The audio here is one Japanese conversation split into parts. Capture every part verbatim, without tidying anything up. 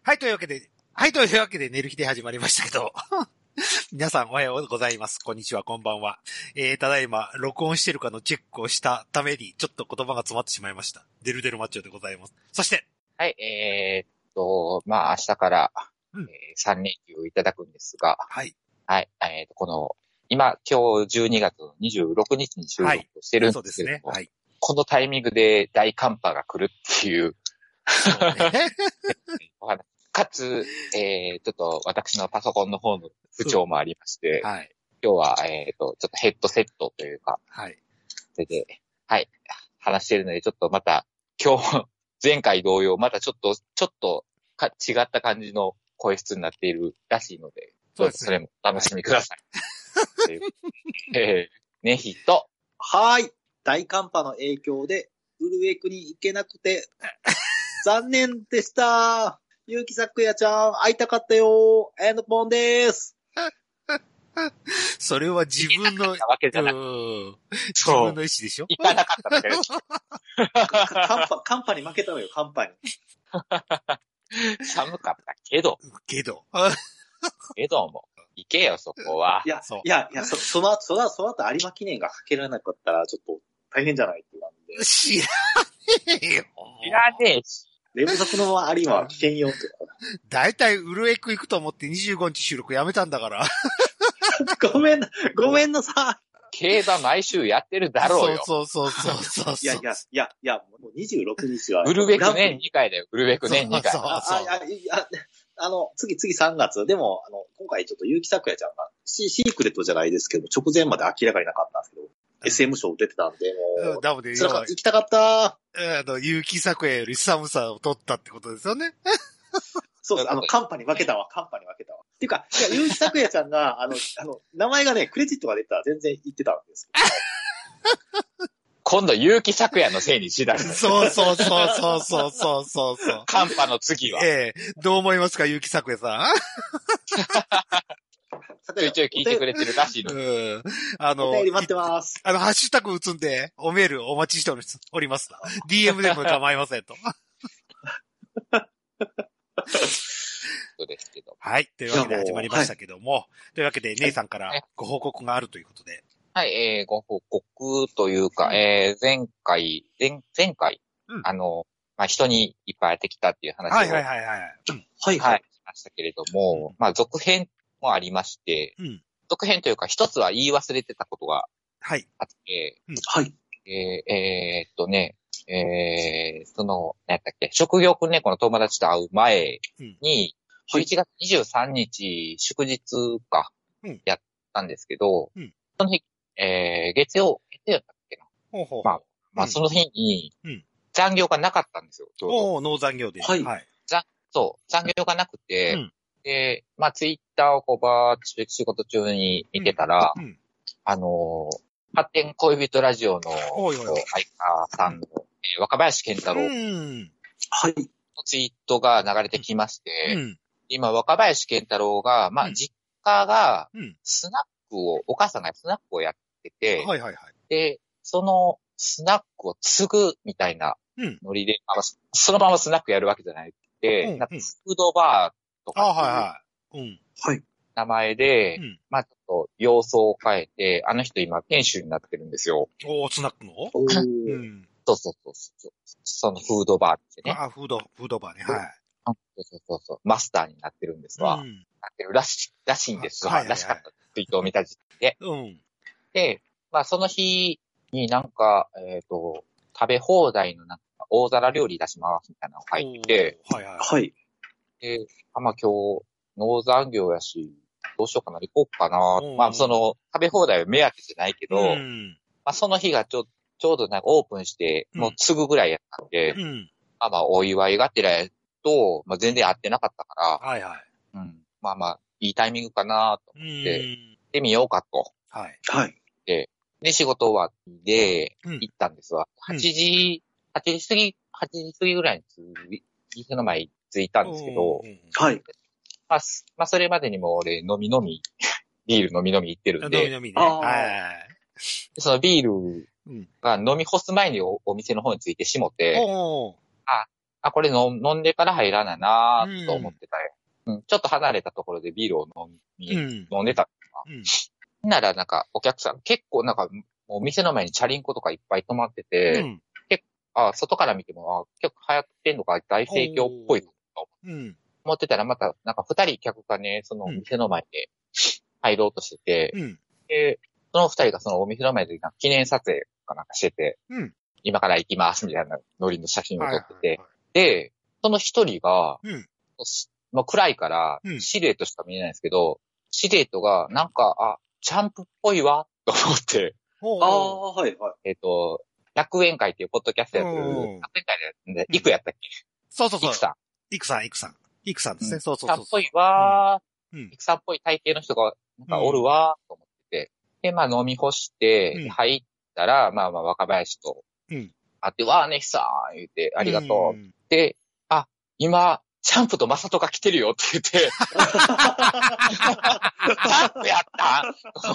はい、というわけで、はい、というわけで、寝る日で始まりましたけど。皆さんおはようございます。こんにちは、こんばんは。えー、ただいま、録音してるかのチェックをしたために、ちょっと言葉が詰まってしまいました。デルデルマッチョでございます。そして。 はい、えー、っと、まあ、明日から、うんえー、さん連休をいただくんですが。 はい。 はい、えー、っと、この、今、今日じゅうにがつのにじゅうろくにちに収録してるんですけども、はい、そうですね。はい。このタイミングで大寒波が来るっていう。そうね。かつ、えー、ちょっと私のパソコンの方の不調もありまして、はい、今日は、えー、と、ちょっとヘッドセットというか、はい。それで、はい、話しているので、ちょっとまた、今日、前回同様、またちょっと、ちょっとか違った感じの声質になっているらしいので、どうぞそれもお楽しみください。はい、えー、ねひと。 はい。大寒波の影響で、ウルエクに行けなくて、残念でした。ゆうきさくやちゃん、会いたかったよー。エンドポンでーす。 それは自分の、 わけじゃない。 自分の意思でしょ？ 行かなかっただけです。 寒波、寒波に負けたのよ、寒波に。 寒かったけど。 けど。 けども。行けよ、そこは。 いや、いや、いや、そ、その後、その後、その後有馬記念がかけられなかったら、ちょっと大変じゃないって言わんで。 知らねえよ。 知らねえし。 連続のまま有馬は危険よって。 だいたいウルエク行くと思ってにじゅうごにち収録やめたんだから。 ごめんな、ごめんなさい。 競馬毎週やってるだろうよ。 そうそうそうそうそう。 いやいや、いや、いや、もうにじゅうろくにちは。 ウルベク年にかいだよ、ウルベク年にかい。 そうそうそう。あ、いや、あの、次、次さんがつ。でも、あの、今回ちょっと結城咲也ちゃんが、シークレットじゃないですけど、直前まで明らかになかったんですけど、うん、エスエム 賞出てたんで、もう、うん、 ダムでそれから行きたかった。 あの、結城咲也より寒さを取ったってことですよね。 そうです。あの、カンパに負けたわ、カンパに負けたわ。っていうか、いや、結城咲也ちゃんが、あの、あの、名前がね、クレジットが出たら全然言ってたんですけど。今度、結城咲也のせいにしだす。 そうそうそうそうそうそうそうそう。 カンパの次は。 ええー、どう思いますか、結城咲也さん。 一応聞いてくれてるらしいの。 うん。あの、 お便り待ってます。 あの、ハッシュタグ打つんで、おメールお待ちしております。ディーエム でも構いませんと。 そうですけど。 はい。というわけで始まりましたけども。はい、というわけで、姉さんからご報告があるということで。 はい、えー、ご報告というか、えー、前回、前、前回、うん、あの、まあ、人にいっぱい会ってきたっていう話を。 はいはいはいはい。 はいはい。しましたけれども、うん、まあ、続編もありまして、うん、続編というか、一つは言い忘れてたことがあって、はいうん、はい。 えー、えー、っとね、えー、その、何やったっけ、職業訓練校の友達と会う前に、じゅういちがつにじゅうさんにち、祝日か、やったんですけど、うん、その日、えー、月曜、月曜だったっけな。 ほうほうまあ、まあ、その日に、残業がなかったんですよ。 うん、おー、ノー残業で。 はい。 ざそう、残業がなくて、うん、で、まあ、ツイッターをこうばーっと仕事中に見てたら、うんうん、あのー、発展恋人ラジオの相川さんの、うんえー、若林健太郎、うん、 はい。 のツイートが流れてきまして、うん、今、若林健太郎が、まあ、実家が、スナックを、お母さんがスナックをやってて、 はいはいはい。 で、そのスナックを継ぐみたいなノリで、うん、そのままスナックやるわけじゃないって、うんうん、なんかフードバーとか、 あはいはい。うん。 はい。 名前で、うん、まあちょっと様相を変えて、あの人今店主になってるんですよ。 おー、スナックのおー、うん。そうそうそうそう。そのフードバーってね。 あ、フード、フードバーね。はい。 そうそうそうそう。マスターになってるんですわ。うん、なってるらし、らしいんですわ。はいはいはい、らしかったツイートを見た時点で。 うん。 で、まあその日になんか、えっ、ー、と、食べ放題のなんか大皿料理出しますみたいなのが入ってて。 はいはい。はい。 で、あ、まあ今日、農残業やし、どうしようかな、行こうかな。まあその、食べ放題は目当てじゃないけど、うん、まあその日がちょ、ちょうどなんかオープンして、もうすぐぐらいやったんで、うん、まあまあお祝いがてらと、まあ全然会ってなかったから、 はいはい。 うん、まあまあ、いいタイミングかなと思って、行ってみようかと。 はい。 はい。 で、で仕事終わりで行ったんですわ。うん、はちじ、はちじ過ぎ、はちじ過ぎぐらいに店の前に着いたんですけど、 はい。 まあ、まあ、それまでにも俺飲み飲み、ビール飲み飲み行ってるんで。 飲み飲みね。はい。 そのビールが飲み干す前に お, お店の方に着いてしもて、あ、 あ、これ飲飲んでから入らないなーと思ってたよ、うん。うん。ちょっと離れたところでビールを飲み、うん、飲んでたんですか。うん。ならなんかお客さん、結構なんか、もう店の前にチャリンコとかいっぱい止まってて、うん、結構、あ、外から見ても、あ、結構流行ってんのか大盛況っぽいと思ってたら、またなんか二人客がね、その店の前で入ろうとしてて、うん、で、その二人がそのお店の前で記念撮影かなんかしてて、うん、今から行きますみたいなノリの写真を撮ってて、はいはいはい、で、その一人が、うん、まあ、暗いからシルエットしか見えないんですけど、うん、シルエットがなんか、あ、チャンプっぽいわ、と思って、 ああ、はいはい。 えっ、ー、と、百円会っていうポッドキャストやってる、百円会でやって、イクやったっけ、 そうそうそう。 イクさん。イクさん、イクさん。イクさんですね、うん、そうそうそう。 チャンプっぽいわー、うん、イクさんっぽい体型の人が、なんかおるわー、と思ってて、で、まあ飲み干して、うん、入ったら、まあまあ若林と、うん、会って、わーねひさん言って、ありがとう。うん、で、あ、今、チャンプとマサトが来てるよって言って、チャンプやった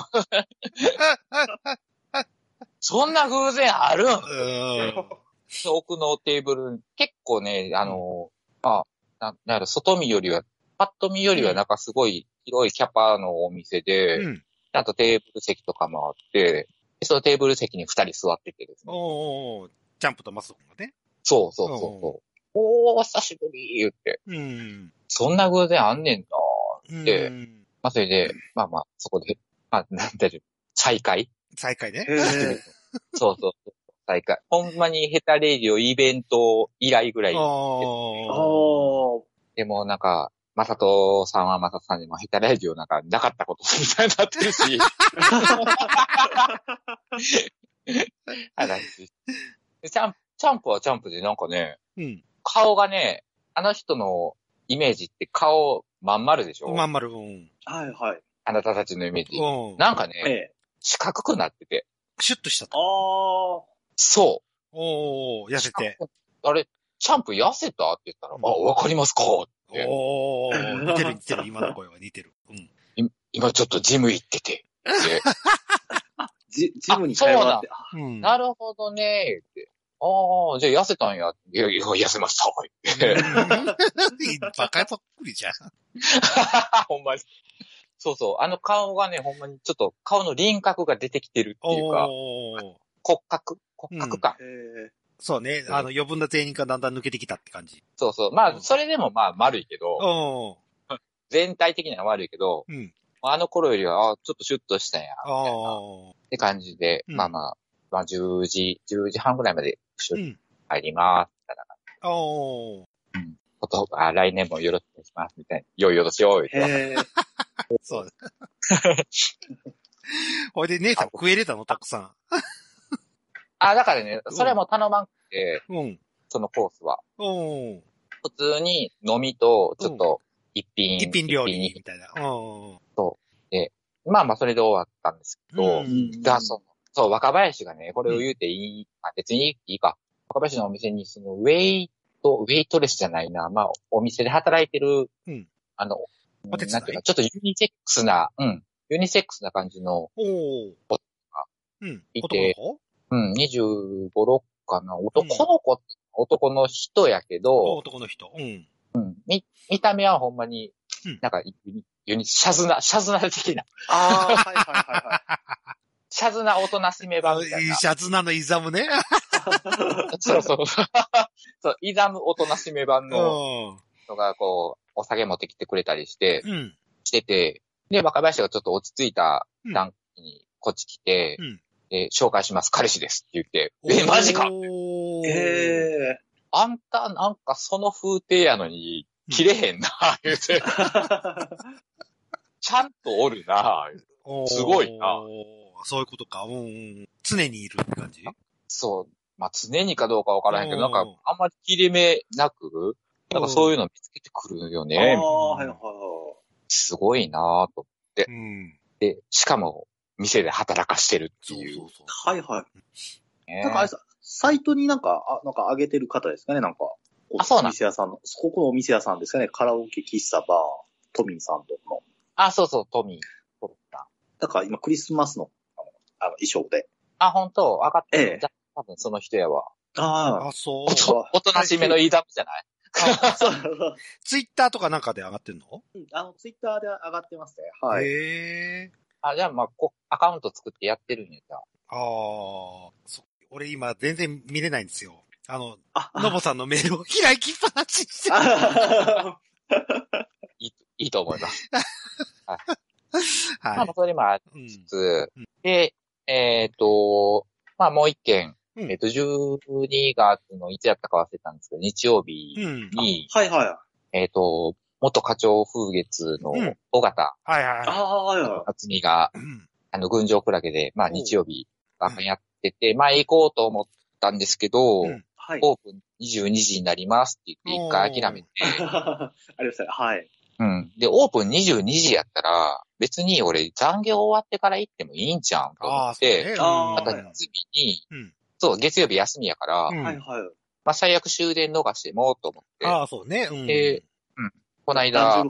そんな偶然あるん奥のテーブル、結構ね、あの、うん、まあ、な、なんやろ、外見よりは、パッと見よりはなんかすごい広いキャパのお店で、うん、あとテーブル席とかもあって、そのテーブル席に二人座っててですね。 おー、チャンプとマサトがね。 そうそうそうそう。おー、久しぶり言って。うん。そんな偶然あんねんなーって。うん、まあ、それで、まあまあ、そこで、まあ、なんていう、再会再会ね。 そうそう。再会。ほんまにヘタレイディオイベント以来ぐらい。でもなんか、マサトさんはマサトさんにもヘタレイディオなんかなかったことみたいになってるし。話。チャンプ、チャンプはチャンプでなんかね、うん、顔がね、あの人のイメージって顔まん丸でしょ？ まん丸。うん。 はいはい。 あなたたちのイメージ。うん、なんかね、ええ、四角くなってて。 シュッとしたと。 ああ。そう。 おー、痩せて。 あれ、チャンプ痩せたって言ったら、うん、あ、わかりますかって。 おー、似てる似てる、今の声は似てる。うん。 今ちょっとジム行ってて。 ジ, ジムに通って。 な, うん、なるほどねって。ああ、じゃあ痩せたんや。いやいや、痩せました。 バカそっくりじゃん。 ほんまに。そうそう。あの顔がね、ほんまにちょっと顔の輪郭が出てきてるっていうか、骨格骨格感、 うん。そうね。あの、余分な全員がだんだん抜けてきたって感じ。 そうそう。まあ、それでもまあ、丸いけど、全体的には悪いけど、うん、あの頃よりは、あちょっとシュッとしたんや、みたいな。って感じで、うん、まあまあ、まあじゅうじ、じゅうじはんぐらいまで一緒に入ります、みたいな感じ。おー。うん。ことあ、来年もよろしくお願いします、みたいな。よいよろしよう、言って。へー。 そうだ。ほいで、姉さん食えれたのたくさん。 あ、だからね、それも頼まんくて、うん、そのコースは。うん、普通に飲みと、ちょっと、一品、 一品料理みたいな。 そう。で、まあまあ、それで終わったんですけど、うん、だそう、そう、若林がね、これを言うていい、うん、あ別にいいか。若林のお店に、その、ウェイト、ウェイトレスじゃないな、まあ、お店で働いてる、うん、あの、なんていうか、ちょっとユニセックスな、うん、ユニセックスな感じの、おがいて、うん、にじゅうご、ろくかな。男の子って、うん、男の人やけど、 男の人。うん。 うん。見、見た目はほんまに、うん、なんか、ユニ、シャズナ、シャズナ的な。 ああ、はいはいはいはい。 シャズナ大人しめ版みたいな。 シャズナのイザムね。 そうそう。そう、イザム大人しめ版の人が、こう、お酒持ってきてくれたりして、うん、してて、で、若林がちょっと落ち着いた段階にこっち来て、うんえー、紹介します。彼氏ですって言って、え、マジかえー、あんたなんかその風景やのに、切れへんな、言うて。ちゃんとおるな、すごいな。 そういうことか。うん、常にいるって感じ？ そう。まあ、常にかどうかわからへんけど、なんか、あんまり切れ目なく、なんかそういうの見つけてくるよね。ああ、はいはいはい。すごいなぁと思って、うん。で、しかも、店で働かしてるっていう。そうそうそうはいはい。ね、なんかあれさ、サイトになんか、あ、なんか上げてる方ですかね、なんか。 あ、そうなお店屋さんの、ここのお店屋さんですかね、カラオケ喫茶バー、トミーさんとの。 あ、そうそう、トミー。 だから今クリスマスの、あの、あの衣装で。 あ、本当上がってる。ええ、じゃ多分その人やわ。 ああ。 あ、そう。 おと、おとなしめのイーダムじゃない？ あ、そう。 ツイッターとかなんかで上がってんの？ うん、あの、ツイッターで上がってますね。はい。 へえ。 あ、じゃあまあ、こ、アカウント作ってやってるんやった。 ああ、そ、俺今全然見れないんですよ。あの、 あ、 のぼさんのメールを開きっぱなししていい、いいと思います。はい。 はい。 まあ、それもありつつ、うん、で、えっ、ー、と、まあもう一件、うん、えっ、ー、と、じゅうにがつのいつやったか忘れたんですけど、日曜日に、うん、 はいはい。 えっ、ー、と、元課長風月の尾形、 うん、はいはいはい。 ああ、はいはい。 厚みが、うん、あの、群青クラゲで、まあ日曜日、やってて、うん、まあ行こうと思ったんですけど、うん、はい、オープンにじゅうにじになりますって言って一回諦めて。 ありましたね。はい。 うん。で、オープンにじゅうにじやったら、別に俺残業終わってから行ってもいいんちゃうんと思って、また月に、うん、そう、月曜日休みやから、はいはい。まあ最悪終電逃してもと思って。 ああ、そうね。うん。 で、うん。この間、こ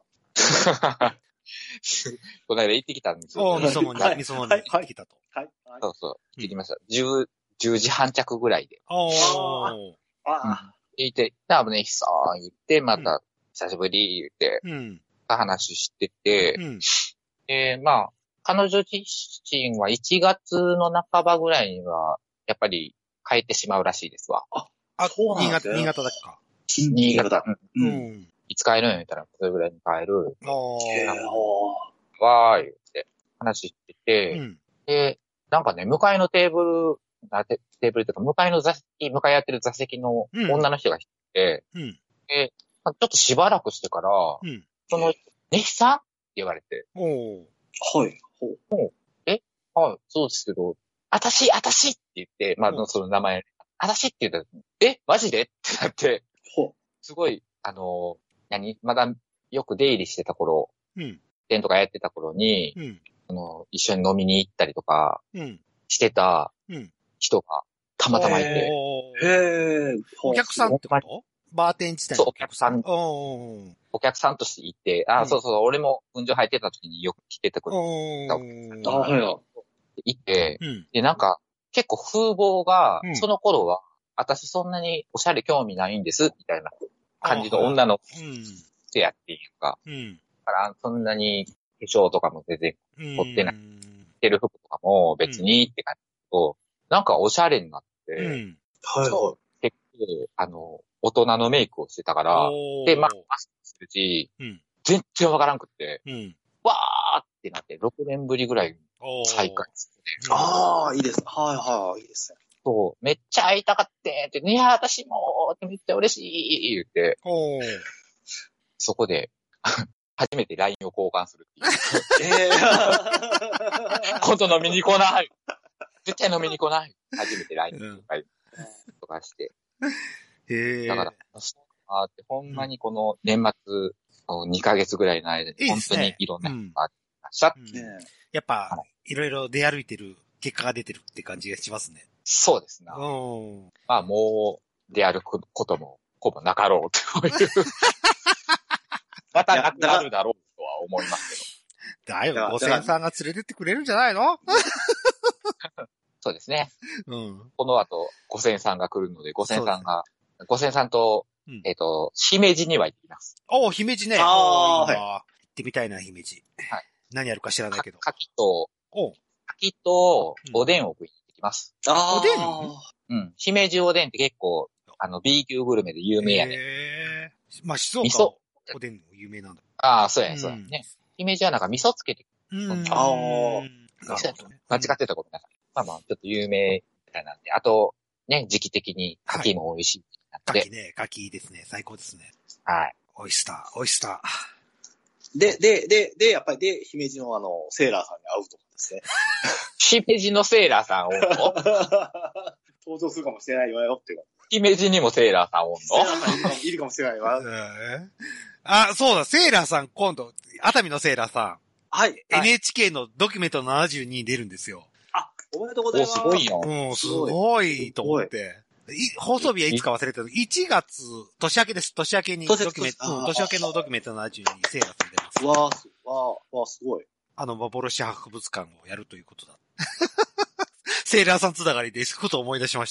の間行ってきたんですよ。 おー、みそもに、みそもに行ってきたと。 はい。そうそう、行ってきました。じゅう、じゅうじはん着ぐらいで。 おー。 ああ。行って、で、危ねえしさー言って、また、久しぶり言って、うん。話してて、うん。で、まあ、彼女自身はいちがつの半ばぐらいには、やっぱり帰ってしまうらしいですわ。 あ、あ、そうなんですね。新潟だっけか。 新潟。うん。うん。いつ帰るんやったら、それぐらいに帰る。 おー。 わー言って、話してて、うん。で、なんかね、向かいのテーブル、テーブルというか、向かいの座席、向かい合ってる座席の女の人が来て、うん。で、ちょっとしばらくしてから、うん。その、ネヒさんって言われて。 おー。はい。ほう。 ほう。えはい、そうですけど、あたし、あたしって言って、まあ、その名前、あたしって言ったら、えマジでってなって、ほう。すごい、あの、何まだよく出入りしてた頃、うん。店とかやってた頃に、うん。あの、一緒に飲みに行ったりとか、うん。してた、うん。人が、たまたまいて。へー。 お客さんってこと？バーテン自体のお客さん。お客さんとしていて、あ、うん、そうそう、俺も運上入ってた時によく来ててくれたお客さんがいて、うん、で、なんか、結構風貌が、うん、その頃は、私そんなにおしゃれ興味ないんです、みたいな感じの女の子でやっていうか、うん、だからそんなに化粧とかも全然取ってない。着てる服とかも別にって感じだと、なんかおしゃれになって、うん、はいはい、結構、あの、大人のメイクをしてたから、で、まあ、マスクするし、うん、全然わからんくって、うん、わーってなって、ろくねんぶりぐらい再会して、 ああ、いいです。はいはい、いいですね。 そう、めっちゃ会いたかってって、いや、私もってめっちゃ嬉しい言って、そこで、初めて ライン を交換するっていう。えー、今度飲みに来ない。絶対飲みに来ない。初めて ライン 交換とかして。 へだから、そうあって、ほんまにこの年末、にかげつぐらいの間に、本当にいろんな人がありました。 やっぱ、いろいろ出歩いてる結果が出てるって感じがしますね。 そうですね。まあもう、出歩くこともほぼなかろうという。またなくなるだろうとは思いますけど。だよ、ごせんさんが連れてってくれるんじゃないの？ そうですね。うん、この後、ごせんさんが来るので、ごせんさんが、ごせんさんと、うん、えっ、ー、と、姫路には行ってきます。 おー、姫路ね。ああ、はい。行ってみたいな、姫路。はい。何やるか知らないけど。 かきと、かきと、おでんを食いに行ってきます。 うん、ああ。おでん？ うん。姫路おでんって結構、あの、B 級グルメで有名やね。 へー。まあ、静岡おでんも有名なんだ。 ああ、そうやね、そうやね。姫路はなんか味噌つけて、うん。ああ。間違ってたことない。まあまあ、ちょっと有名みたいなんで、あと、ね、時期的に牡蠣も美味しい。 牡蠣ね、牡蠣いいですね。最高ですね。 はい。 オイスター、オイスター。で、で、で、で、やっぱりで、姫路のあの、セーラーさんに会うとかですね。 姫路のセーラーさんおんの登場するかもしれないわよっていう。 姫路にもセーラーさんおんのセーラーさんいるかも、いるかもしれないわ。 あ、そうだ、セーラーさん今度、熱海のセーラーさん。 はい。 エヌエイチケー のドキュメントななじゅうにに出るんですよ。 あ、おめでとうございます。 お、すごいよ。 うん、すごいと思って。放送日はいつか忘れたけど、いちがつ、年明けです。年明けにドキュメント、うん、年明けのドキュメントななじゅうににセーラーさん出ます。 わー、わー、わー、すごい。 あの、幻博物館をやるということだ。セーラーさんつながりで、そういうことを思い出しました。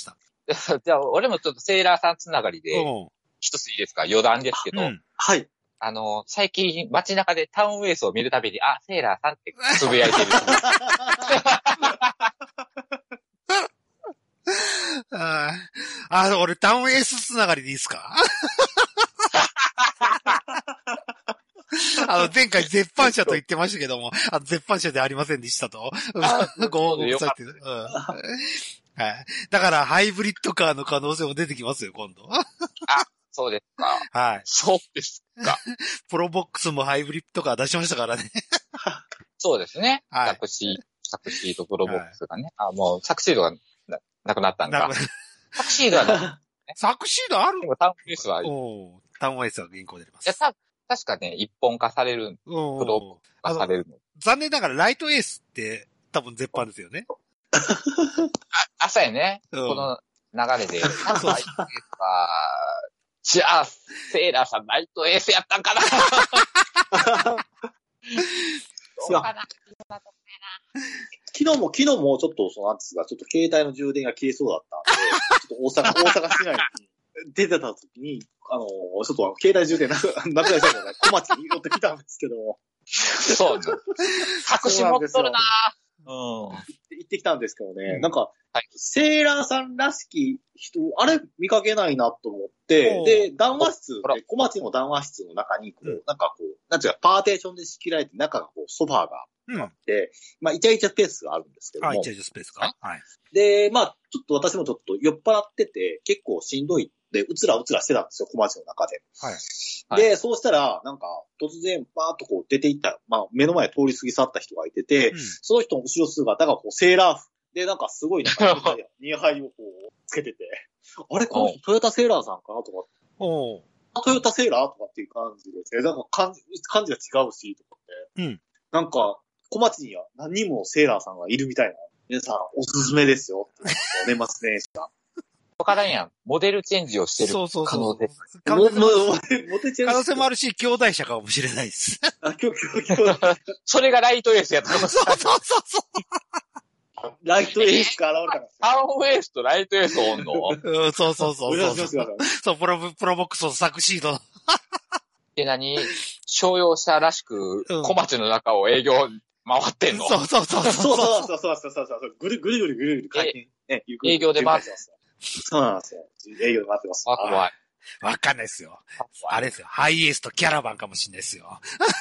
じゃあ、俺もちょっとセーラーさんつながりで、一ついいですか、余談ですけど、うん、 はい。 あの、最近街中でタウンウェイスを見るたびに、あ、セーラーさんってつぶやいてる。 ああ、俺タウンウェイスつながりでいいですかあの、前回絶版社と言ってましたけども、あの絶版社でありませんでしたと。ご報告されてる。うん。はい。だから、ハイブリッドカーの可能性も出てきますよ、今度。 あ、そうですか。 はい。 そうですか。 プロボックスもハイブリッドカー出しましたからね。 そうですね。はい。サクシー、サクシードプロボックスがね。はい、あ、もう、サクシードがな、なくなったんだ。サクシードはな、 ね、サクシードあるのタウンウェイスはある。 おタウンウェイスは銀行出てます。 いや、た、確かね、一本化される。プロ化されるの。 残念ながらライトエースって多分絶版ですよね。 あ、朝やね。うん、この流れで。ライトエースは、じゃあ、セーラーさんライトエースやったんかなそうかな。 昨日も、昨日もちょっと、そのなんですが、ちょっと携帯の充電が切れそうだったんで、ちょっと大阪、大阪市内に出てた時に、あの、ちょっと携帯充電なくなくなりそうで、小町に寄ってきたんですけども。 そうね。隠し持っとるなぁ。うん。行ってきたんですけどね、うん、なんか、はい、セーラーさんらしき人、あれ見かけないなと思って、で、談話室で、小町の談話室の中に、こう、うん、なんかこう、なんていうか、パーテーションで仕切られて、中がこう、ソファーがあって、うん、まあ、イチャイチャスペースがあるんですけども。 あ、イチャイチャスペースか。はい。 で、まあ、ちょっと私もちょっと酔っ払ってて、結構しんどい。で、うつらうつらしてたんですよ、小町の中で。 はい。 で、 はい、 そうしたら、なんか、突然、バーっとこう出ていった、まあ、目の前通り過ぎ去った人がいてて、うん、その人の後ろ姿がこう、セーラー服で、なんかすごい、なんか、ニーハイをこう、つけてて、あれ、この人トヨタセーラーさんかなとか、 おトヨタセーラーとかっていう感じですね。なんか感じ、感じが違うし、とかって。 うん。 なんか、小町には何人もセーラーさんがいるみたいな。皆さん、おすすめですよ。年末年始が。 わからんやん。モデルチェンジをしてる可能性。そうそうそう可能性も可能性もあるし、兄弟車かもしれないです。 あ、兄弟車。 それがライトエースやった。 そうそうそうそう。 ライトエースが現れたんですタウンエースとライトエースおんのうん、そうそうそうそう。そう、プロ、プロボックスのサクシード。 で、何商用車らしく、小町の中を営業回ってんの、 うん、そうそうそう。 そうそうそうそうそうそうそう。ぐるぐるぐるぐるぐる回転。 ね、営業で回ってます。 そうなんですよ。営業で回ってます。 あ、怖い。 わかんないですよ。あれですよ。ハイエースとキャラバンかもしんないですよ。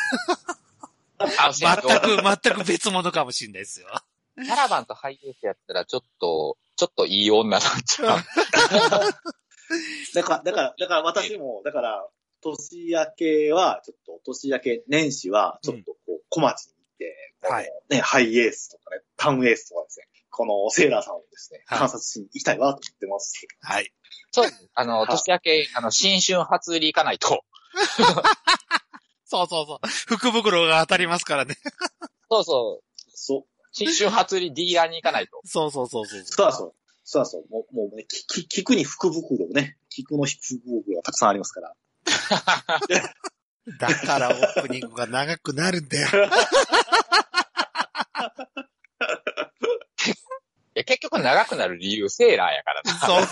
全く、全く別物かもしんないですよ。 キャラバンとハイエースやったらちょっと、ちょっといい女なんちゃう。 だから、だから、だから私も、だから、年明けは、ちょっと、年明け年始は、ちょっとこう、小町に行って、 うん、はい。 ね、ハイエースとかね、タウンエースとかですね、このセーラーさんをですね、観察しに行きたいなと思ってます。 はい。 そう、あの、年明け、あの、新春初売り行かないと。 そうそうそう。福袋が当たりますからね。 そうそう。 そう。 新春初売りディーラーに行かないと。 そうそうそうそう。 そうそう。そうそう。もう、もうね、き、菊に福袋ね。菊の福袋がたくさんありますから。 だからオープニングが長くなるんだよ。 いや結局長くなる理由セーラーやからな。 そう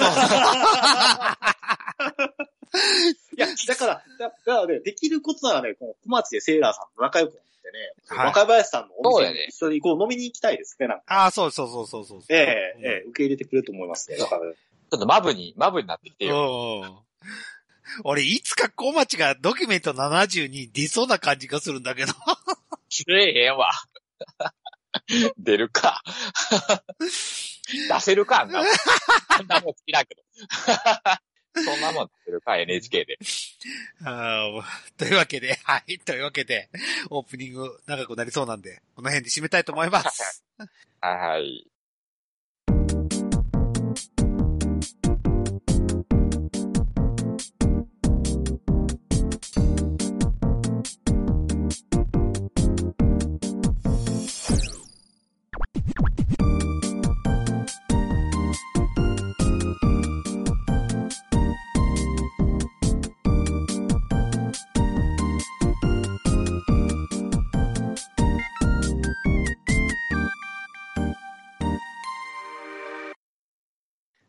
そう。いや、だから、だからね、できることならね、この小町でセーラーさんと仲良くなってね、はい、若林さんのお店に一緒にこう飲みに行きたいですね、なんか。 ああ、そうそうそうそうそう。 ええええ、受け入れてくれると思いますね。だから、 ちょっとマブに、マブになってきてよ。 俺、いつか小町がドキュメントななじゅうに出そうな感じがするんだけど。 出えへんわ。出るか。出せるか、あんなもん。あんなもん好きだけど。そんなもん出せるか、エヌエイチケー で。 あというわけで、はい。というわけで、オープニング長くなりそうなんで、この辺で締めたいと思います。 はい。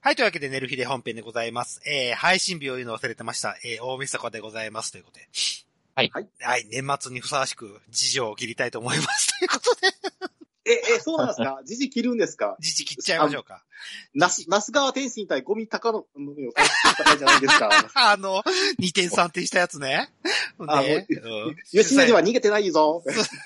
はい、というわけで、寝る日で本編でございます。えー、配信日を言うの忘れてました。えー、大晦日でございます。ということで。 はい。 はい、年末にふさわしく、時事を切りたいと思います。ということで。 え、え、そうなんですか？時事切るんですか？ 時事切っちゃいましょうか。 那須、那須川天心対ゴミ高野の戦いじゃないですか。 あの、にてんさんてんしたやつね。 あ、ね、もう、吉野では逃げてないぞ。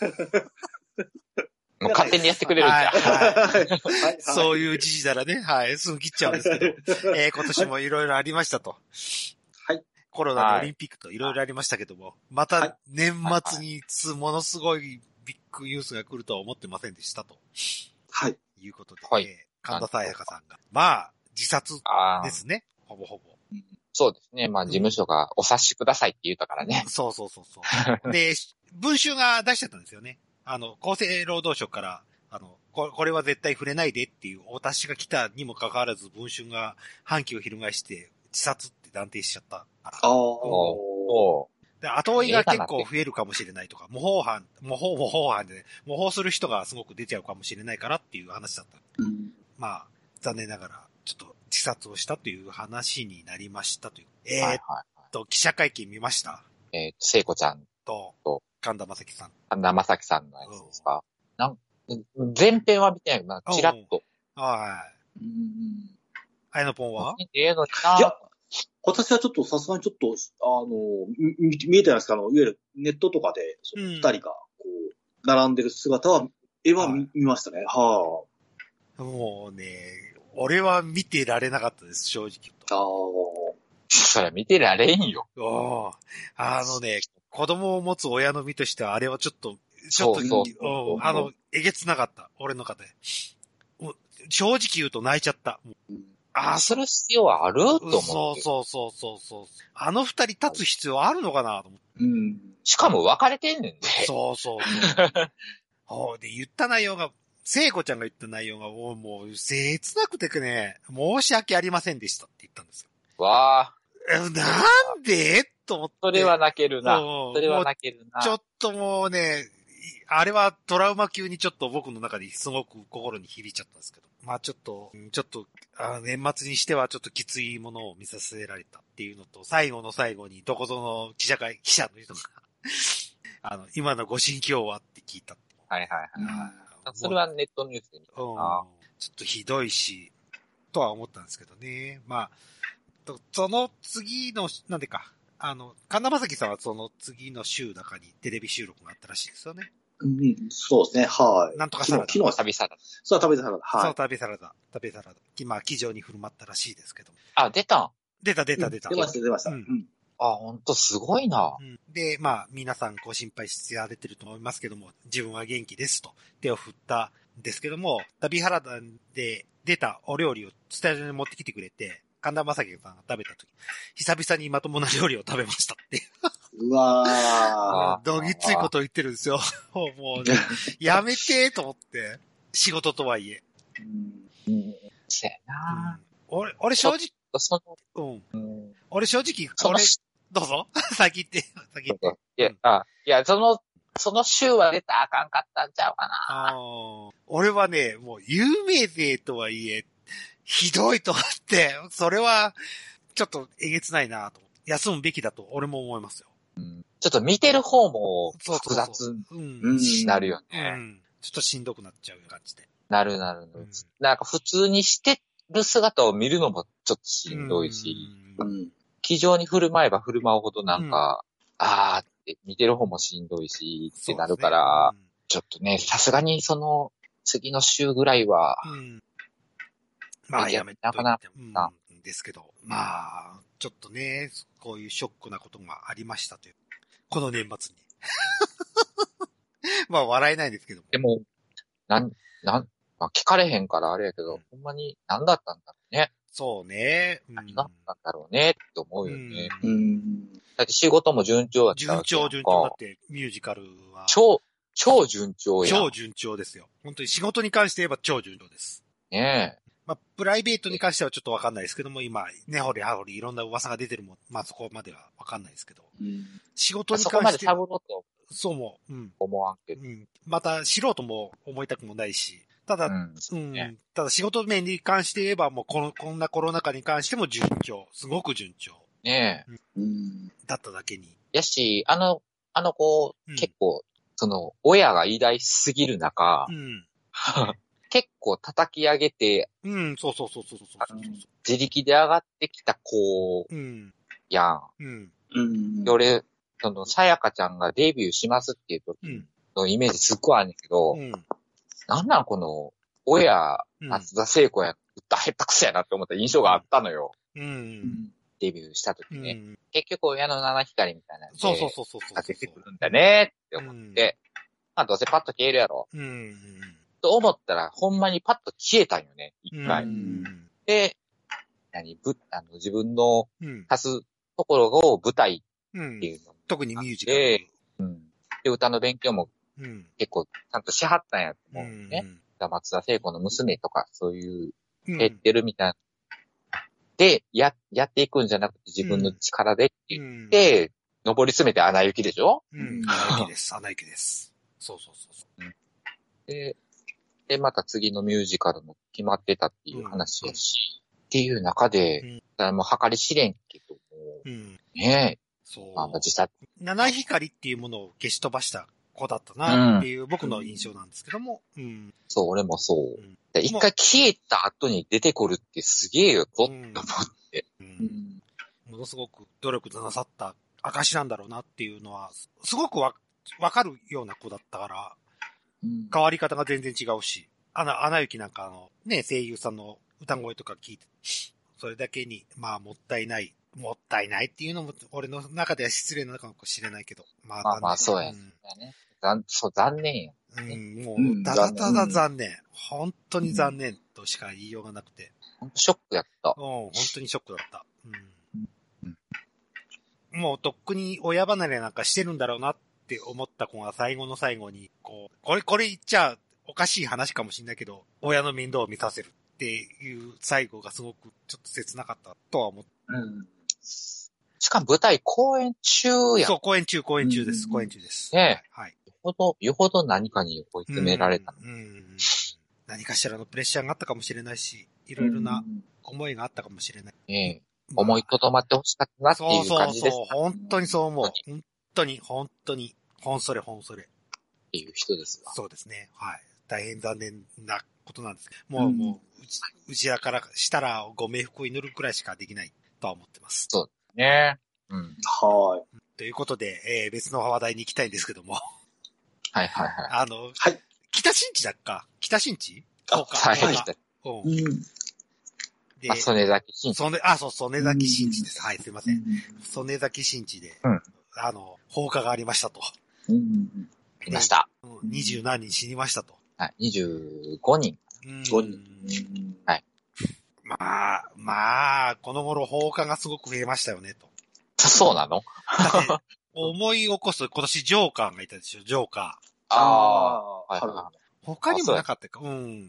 もう勝手にやってくれるんだ。はいはい、そういう時事ならね、はい、すぐ切っちゃうんですけど。えー、今年もいろいろありましたと。 はい。 コロナのオリンピックといろいろありましたけども、また年末にものすごいビッグニュースが来るとは思ってませんでしたと。 はい。 いうことで、 はい、 神田沙也加さんが。まあ、自殺ですね。ほぼほぼ。 そうですね。まあ、事務所がお察しくださいって言ったからね。 うん、そうそうそうそう。で、文集が出しちゃったんですよね。あの、厚生労働省から、あの、ここれは絶対触れないでっていうお達しが来たにもかかわらず、文春が反旗を翻して自殺って断定しちゃった。 ああ。 おで、後追いが結構増えるかもしれないとか、模倣犯、模倣、模倣犯で、ね、模倣する人がすごく出ちゃうかもしれないからっていう話だった。 うん、 まあ、残念ながら、ちょっと自殺をしたという話になりましたという。えー、 はいはいはい、 と、記者会見見ました？ えー、聖子ちゃんと、神田正輝さん。 神田正輝さんのやつですか？なん前編は見てないけど、チラッと。 はい。うん。あやのぽんは？ ええのにな。いや、私はちょっとさすがにちょっと、あの、見、見えてないですか？あの、いわゆるネットとかで、その二人が、こう、並んでる姿は、絵は見、はい、見ましたね。はあ。もうね、俺は見てられなかったです、正直。 ああ。 そりゃ見てられんよ。 おあのね、子供を持つ親の身としては、あれはちょっと、ちょっと、そうそうそうあの、えげつなかった。俺の中で。正直言うと泣いちゃった。 ああ、それ必要あると思って。 そうそうそうそうそう。あの二人立つ必要あるのかなと思って。 うん。しかも別れてんねんね。 そうそうそう。で、言った内容が、聖子ちゃんが言った内容が、もう、切なくてね、申し訳ありませんでしたって言ったんですよ。 わあ。 なんでと思って。 それは泣けるな。それは泣けるな。 ちょっともうね、あれはトラウマ級にちょっと僕の中ですごく心に響いちゃったんですけど。まあちょっと、ちょっと、あ年末にしてはちょっときついものを見させられたっていうのと、最後の最後にどこぞの記者会、記者の人が、あの、今のご心境はって聞いたって。 はいはいはい。それはネットニュースで見たな。 ちょっとひどいし、とは思ったんですけどね。まあ、その次の、なんでか、あの、神田正輝さんはその次の週だかにテレビ収録があったらしいですよね。 うん、そうですね、はい。 なんとかサラダ。 昨日は旅サラダ。 そう、旅サラダ。はい。 そう、旅サラダ。旅サラダ。今、機上に振る舞ったらしいですけど。 あ、出た出た出た出た。 うん、出ました、出ました。うん。 あ、ほんとすごいな、 うん。で、まあ、皆さんご心配してやれてると思いますけども、自分は元気ですと手を振ったんですけども、旅サラダで出たお料理をスタジオに持ってきてくれて、神田正輝さんが食べたとき、久々にまともな料理を食べましたって。 うわー。どぎついこと言ってるんですよ。もうね、やめてーと思って、仕事とはいえ。 うん。せやな、 うん、俺、俺正直、 その、うん。 うん、 俺正直、俺、どうぞ。先言って、先言って。 いや、うん、あ、いや、その、その週は出たらあかんかったんちゃうかな。 あ俺はね、もう有名勢とはいえ、ひどいと思って、それは、ちょっとえげつないなと。休むべきだと俺も思いますよ。 うん、ちょっと見てる方も複雑になるよね、 うんうん。ちょっとしんどくなっちゃう感じで。 なるなる、うん。なんか普通にしてる姿を見るのもちょっとしんどいし、うん、気丈に振る舞えば振る舞うほどなんか、うん、あーって見てる方もしんどいしってなるから、ねうん、ちょっとね、さすがにその次の週ぐらいは、うん、 まあやめたかな、 うん、ですけど、まあ、ちょっとね、こういうショックなことがありましたという。この年末に。まあ笑えないですけども。 でも、なん、なん、まあ、聞かれへんからあれやけど、うん、ほんまに何だったんだろうね。 そうね。 うん、何だったんだろうねって思うよね。うん、だって仕事も順調だったわけ。 順調、順調だってミュージカルは。 超、超順調や。 超順調ですよ。本当に仕事に関して言えば超順調です。 ねえ。 まあ、プライベートに関してはちょっとわかんないですけども、今、ねほりはほりいろんな噂が出てるもん、まあそこまではわかんないですけど。うん、仕事に関しては。そこまでサブロット。そうも、うん。 思わんけど。 うん。また、素人も思いたくもないし、 ただ、うん、うん、ただ仕事面に関して言えば、もうこの、こんなコロナ禍に関しても順調。すごく順調。 ねえ。うん。だっただけに。 やし、あの、あの子、うん、結構、その、親が偉大すぎる中、うん、結構叩き上げて、 うん、そうそうそうそうそうそうそう。 自力で上がってきた子、うん、やん。うん。うん。俺、その、さやかちゃんがデビューしますっていう時のイメージすっごいあるんだけど、うん、なんなんこの、親、松田聖子や、歌下手くそやなって思った印象があったのよ。うん。うん、デビューした時ね。うん、結局親の七光みたいなので、 そうそうそうそうそう。 出てくるんだねって思って、うん、まあどうせパッと消えるやろ。うん。と思ったら、ほんまにパッと消えたんよね、一回。うん、で、何、ぶ、あの、自分の足すところを舞台っていうの、うん、 特にミュージカルで、 うん。で、歌の勉強も結構ちゃんとしはったんやと思うね。うん、松田聖子の娘とか、そういう、減ってるみたいな。うん、で、や、やっていくんじゃなくて自分の力でって言って、うん、登り詰めて穴行きでしょ？ うん、穴行きです。穴行きです。そうそうそうそう、うん。 で、で、また次のミュージカルも決まってたっていう話やし、うん、っていう中で、うん、だからもう計り知れんけども、うん、ねえ。 そう。 まあ、実際。 七光っていうものを消し飛ばした子だったなっていう僕の印象なんですけども。うん。うん、 そう、俺もそう。うん、一回消えた後に出てくるってすげえよ、と、うん、思って、うんうん。ものすごく努力なさった証なんだろうなっていうのは、すごくわ、わかるような子だったから、うん、変わり方が全然違うし、アナ、アナ雪なんかあの、ね、声優さんの歌声とか聞いて、それだけに、まあ、もったいない。もったいないっていうのも、俺の中では失礼なのかもしれないけど。 まあ、まあまあ、そうや、ね。うん、そう、残念や、 ね。うん、もう、ただただ残念。うん、本当に残念としか言いようがなくて。 本当ショックやった。 うん、本当にショックだった。うんうん、もう、とっくに親離れなんかしてるんだろうなって思った子が最後の最後に、こう、これ、これ言っちゃおかしい話かもしれないけど、親の面倒を見させるっていう最後がすごくちょっと切なかったとは思って。うんしかも舞台公演中や。 そう、公演中、公演中です。公演中です。 ねえ。はい。よほど、よほど何かに追い詰められた。うん。うん、 何かしらのプレッシャーがあったかもしれないし、いろいろな思いがあったかもしれない。 ねえ。まあ、思いとどまってほしかったなっていう感じです。 そうそうそう。本当にそう思う。本当に、本当に。ほんそれ、ほんそれ。 っていう人ですわ。 そうですね。はい。大変残念なことなんです。もう、うん、もう、うち、うちらからしたらご冥福を祈るくらいしかできないとは思ってます。 そうですね。うん。 はい。 ということで、えー、別の話題に行きたいんですけども。 はいはいはい。 あの、はい。北新地だっか北新地そうか。はい。 うん。 で、あ、曽根崎新地。 曽根、あ、そう、曽根崎新地です。はい、すいません。曽根崎新地で、うん、あの、放火がありましたと。 うん。ありました。 二十何人死にましたと。 はい、二十五人。 五人。はい。まあ、まあ、この頃放火がすごく増えましたよね、と。 そうなの思い起こす、今年ジョーカーがいたでしょ、ジョーカー。 ああ、はいはい。 他にもなかったか。うん。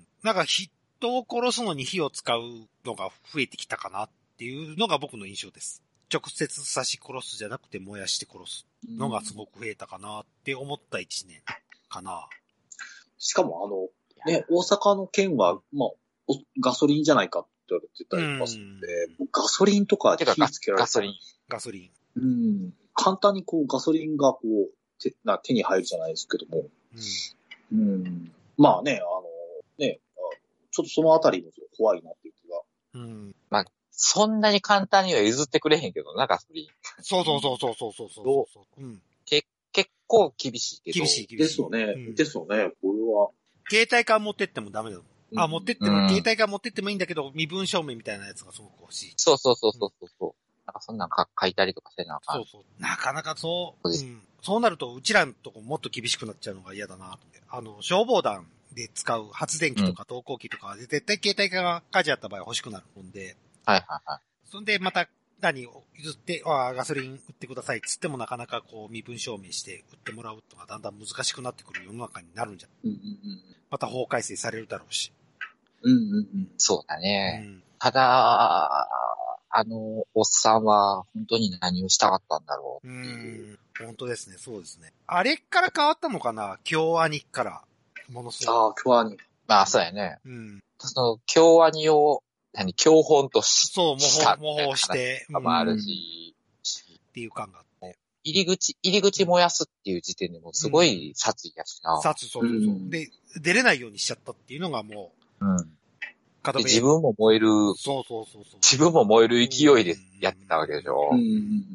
なんか人を殺すのに火を使うのが増えてきたかなっていうのが僕の印象です。直接刺し殺すじゃなくて燃やして殺すのがすごく増えたかなって思った一年かな。 しかもあの、ね、大阪の件は、まあ、ガソリンじゃないかって言われてたりますので、ガソリンとか火つけられたガソリン。 ガソリン。 うん。簡単にこうガソリンがこう手な手に入るじゃないですけども。うん。うん、まあね、あの、ね、ちょっとそのあたりも怖いなっていう気が。 うん。まあ、そんなに簡単には譲ってくれへんけどな、ガソリン。 そうそうそうそうそうそうそうそう。うん。 け、結構厳しいけど。 厳しい厳しい。 ですよね。うん、ですよね。これは。 携帯カー持ってってもダメだよ。うん、あ、持ってっても、うん、携帯カー持ってってもいいんだけど、身分証明みたいなやつがすごく欲しい。 そうそうそうそうそう。うん、なんかそんなんか書いたりとかせなあかん。そうそう。なかなかそう、うん。そうなると、うちらのとこもっと厳しくなっちゃうのが嫌だなって。あの、消防団で使う発電機とか投光機とかは、絶対携帯が火事あった場合欲しくなるもんで。 はいはいはい。 そんで、また、何を譲って、ああ、ガソリン売ってくださいっつってもなかなかこう、身分証明して売ってもらうとかだんだん難しくなってくる世の中になるんじゃない、うんうんうん、また法改正されるだろうし。 うんうんうん。そうだね。うん、ただ、あの、おっさんは本当に何をしたかったんだろうっていう。 うん。本当ですね、そうですね。あれから変わったのかな京アニから。ものすごい。 ああ、京アニ。 まあ、そうやね。 うん。 その、京アニを、何、教本とし、 そう、模倣、模倣して。 もあるし、 うん、っていう感があって。 入り口、入り口燃やすっていう時点でもすごい殺意やしな。 うん、殺、そうそうそう、うん。で、出れないようにしちゃったっていうのがもう、 うん。で自分も燃える、 そうそうそうそう。 自分も燃える勢いでやってたわけでしょ。うん、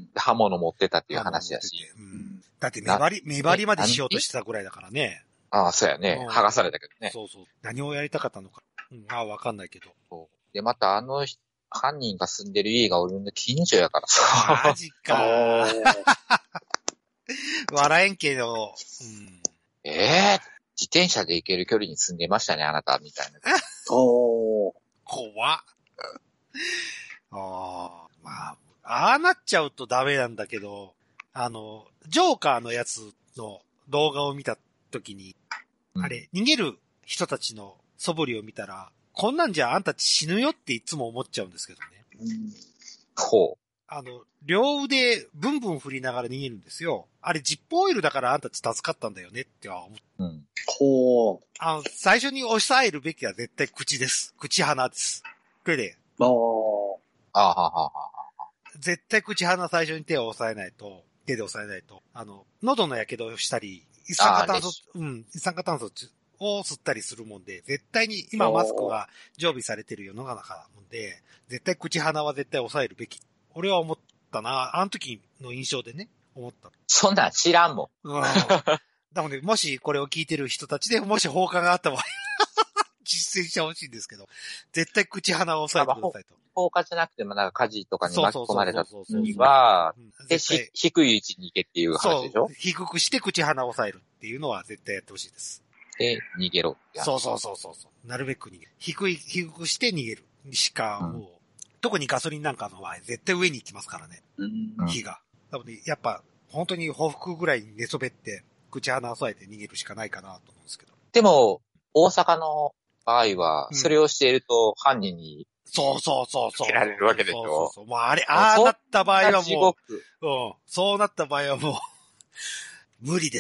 刃物持ってたっていう話やし。 うん、だって目張り、目張りまでしようとしてたぐらいだからね。 ああ、そうやね。剥がされたけどね。 そうそう。何をやりたかったのか。うん、ああ、わかんないけど。 そう。で、またあの犯人が住んでる家が俺の近所やからさ。 マジか笑えんけど。うん、 ええー、自転車で行ける距離に住んでましたね、あなた、みたいな。 おー。怖っ。ああ、まあ、ああなっちゃうとダメなんだけど、あの、ジョーカーのやつの動画を見たときに、うん、あれ、逃げる人たちの素振りを見たら、こんなんじゃあんた死ぬよっていつも思っちゃうんですけどね。 うん、ほう。 あの、両腕ブンブン振りながら逃げるんですよ。あれジップオイルだからあんた助かったんだよねっては思う。うん。 ほう。 あの、最初に抑えるべきは絶対口です。口鼻です。これで。 ああ。 あははは。 絶対口鼻最初に手を押さえないと、手で押さえないと、あの、喉の火傷をしたり、一酸化炭素、うん、一酸化炭素を吸ったりするもんで、絶対に今マスクが常備されてる世の中なので、絶対口鼻は絶対抑えるべき。俺は思ったな。あの時の印象でね、思った。 そんなん知らんもん。うん。 なので、もしこれを聞いてる人たちで、もし放火があった場合、実践してほしいんですけど、絶対口鼻を押さえてくださいと。 放火じゃなくてもなんか火事とかに巻き込まれた時には、低い位置に行けっていう話でしょ？ そう。低くして口鼻を押さえるっていうのは絶対やってほしいです。 で、逃げろ。 そうそうそうそう。なるべく逃げる。低い、低くして逃げる。しかもう、うん、特にガソリンなんかの場合、絶対上に行きますからね。うん、火が。なので、やっぱ、本当に報復ぐらいに寝そべって、口鼻を押さえて逃げるしかないかなと思うんですけど。 でも、大阪の場合は、それをしていると犯人に、 そうそうそうそう。 つけられるわけでしょ。そうそうそう。もうあれ、ああなった場合はもう、うん。そうなった場合はもう、無理です。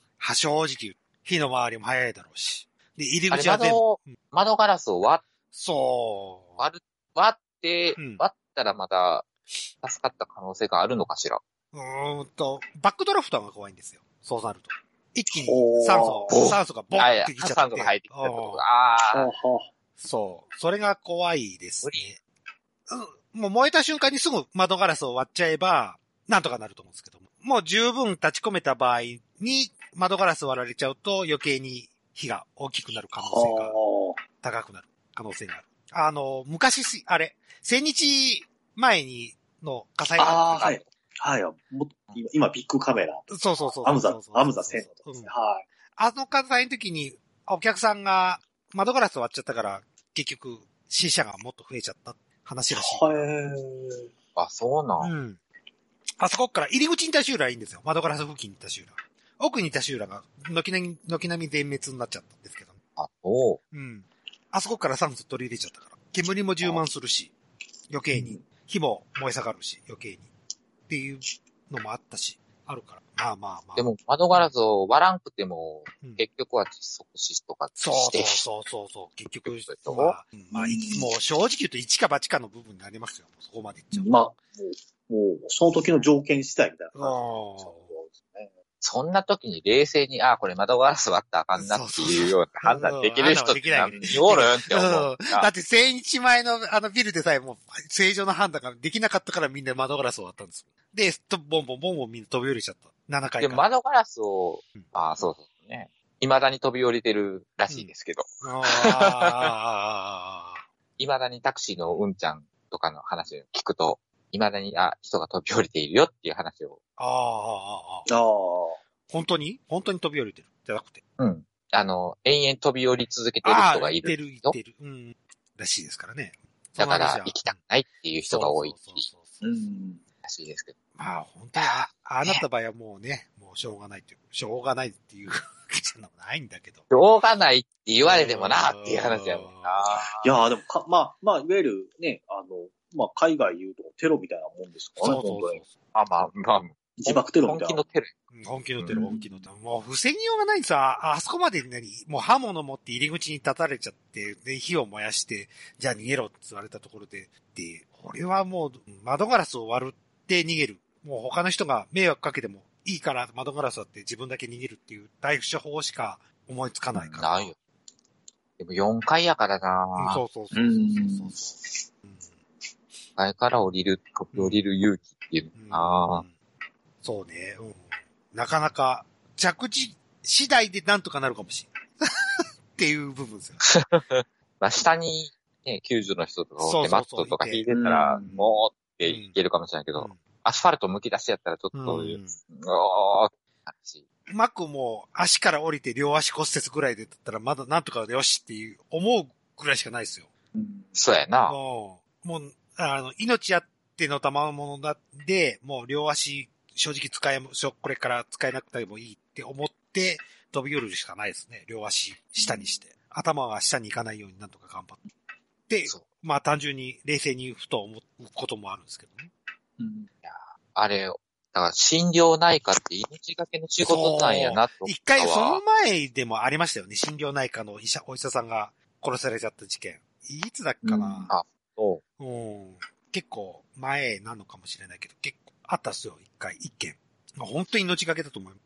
は、正直言う。火の周りも早いだろうし。で、入り口は全部。 窓、窓ガラスを割っ、 そう。 割る、割って、うん、割ったらまた、助かった可能性があるのかしら。 うーんと、バックドラフトが怖いんですよ。そうなると。一気に酸素、酸素がボンってきちゃって。 酸素が入ってきたってことああ。 そう。それが怖いですね。うん、もう燃えた瞬間にすぐ窓ガラスを割っちゃえば、なんとかなると思うんですけども。もう十分立ち込めた場合に窓ガラス割られちゃうと余計に火が大きくなる可能性が高くなる可能性がある。あの、昔し、あれ、千日前にの火災があった。はい。はい。今、今ビッグカメラ。 そうそうそう。 アムザ、アムザ線路ですね。はい。 あの火災の時にお客さんが窓ガラス割っちゃったから結局死者がもっと増えちゃった話らしい。 へー。 あ、そうなん。 うん。あそこから入り口にいた集落はいいんですよ。窓ガラス付近にいた集落。奥にいた集落が軒並み、軒並み全滅になっちゃったんですけど。 あ、おう。うん。あそこから酸素取り入れちゃったから。煙も充満するし、余計に。火も燃え下がるし、余計に。っていうのもあったし、あるから。まあまあまあ。 でも窓ガラスを割らんくても、うん、結局は窒息死とかして。そうそうそうそう。結局、まあ、まあ、もう正直言うと一か八かの部分になりますよ。そこまでいっちゃう。 まあ、もう、もうその時の条件次第みたいな。 そんな時に冷静に、ああ、これ窓ガラス割ったらあかんなっていうような判断できる人って何人おるんって思う。 だって千日前のあのビルでさえもう正常な判断ができなかったからみんな窓ガラスを割ったんです。で、ボンボンボンボンみんな飛び降りちゃった。ななかいから。 で、窓ガラスを、うん、ああ、そうそうね。未だに飛び降りてるらしいですけど。うん、あ未だにタクシーのうんちゃんとかの話を聞くと、未だに、あ、人が飛び降りているよっていう話を。 ああ、ああ、ああ。本当に本当に飛び降りてるじゃなくて。 うん。あの、延々飛び降り続けてる人がいる。 いてる、いてる。うん。らしいですからね。 だから、行きたくないっていう人が多いっていう。うん。らしいですけど。 まあ、本当に、ああなった場合はもうね、もうしょうがないっていう、しょうがないっていう、そんなのないんだけど。 しょうがないって言われてもなっていう話やもんな。 いやーでもか、まあ、まあ、いわゆるね、あの、まあ、海外言うとテロみたいなもんですからね、 そうそうそう。 あ、まあ、まあ、 自爆テロみたいな。 本気のテロ。 本気のテロ、本気のテロ。もう防ぎようがないんですよ。あ、あそこまで何もう刃物持って入り口に立たれちゃって、で、火を燃やして、じゃあ逃げろって言われたところで、で、これはもう窓ガラスを割るって逃げる。もう他の人が迷惑かけてもいいから窓ガラス割って自分だけ逃げるっていう対処法しか思いつかないから。 ないよ。でもよんかいやからな、 うん、そうそうそうそうそうそう。うん、よんかいから降りる、降りる勇気っていうのかな、うん、 そうね、うん。なかなか着地次第でなんとかなるかもしれない。っていう部分ですよ。 まあ下にね、救助の人とかおって、マットとか引いてたら、もうっていけるかもしれないけど、うん、アスファルト剥き出しやったらちょっと、うん、おーってなるし。 うまくもう足から降りて両足骨折ぐらいでだったらまだなんとかよしっていう思うぐらいしかないですよ。 うん、そうやな。 もう、もう、あの、命あっての賜物だで、もう両足正直使えも、これから使えなくてもいいって思って飛び降りるしかないですね。両足下にして。うん、頭は下に行かないようになんとか頑張って。で、まあ単純に冷静にふと思うこともあるんですけどね。 うん、いやあれ、だから心療内科って命がけの仕事なんやなと。 一回その前でもありましたよね。心療内科の医者、お医者さんが殺されちゃった事件。いつだっけかな、うん、 あ、そう。 うん。結構前なのかもしれないけど、結構あったっすよ、一回、一件。本当に命がけだと思います。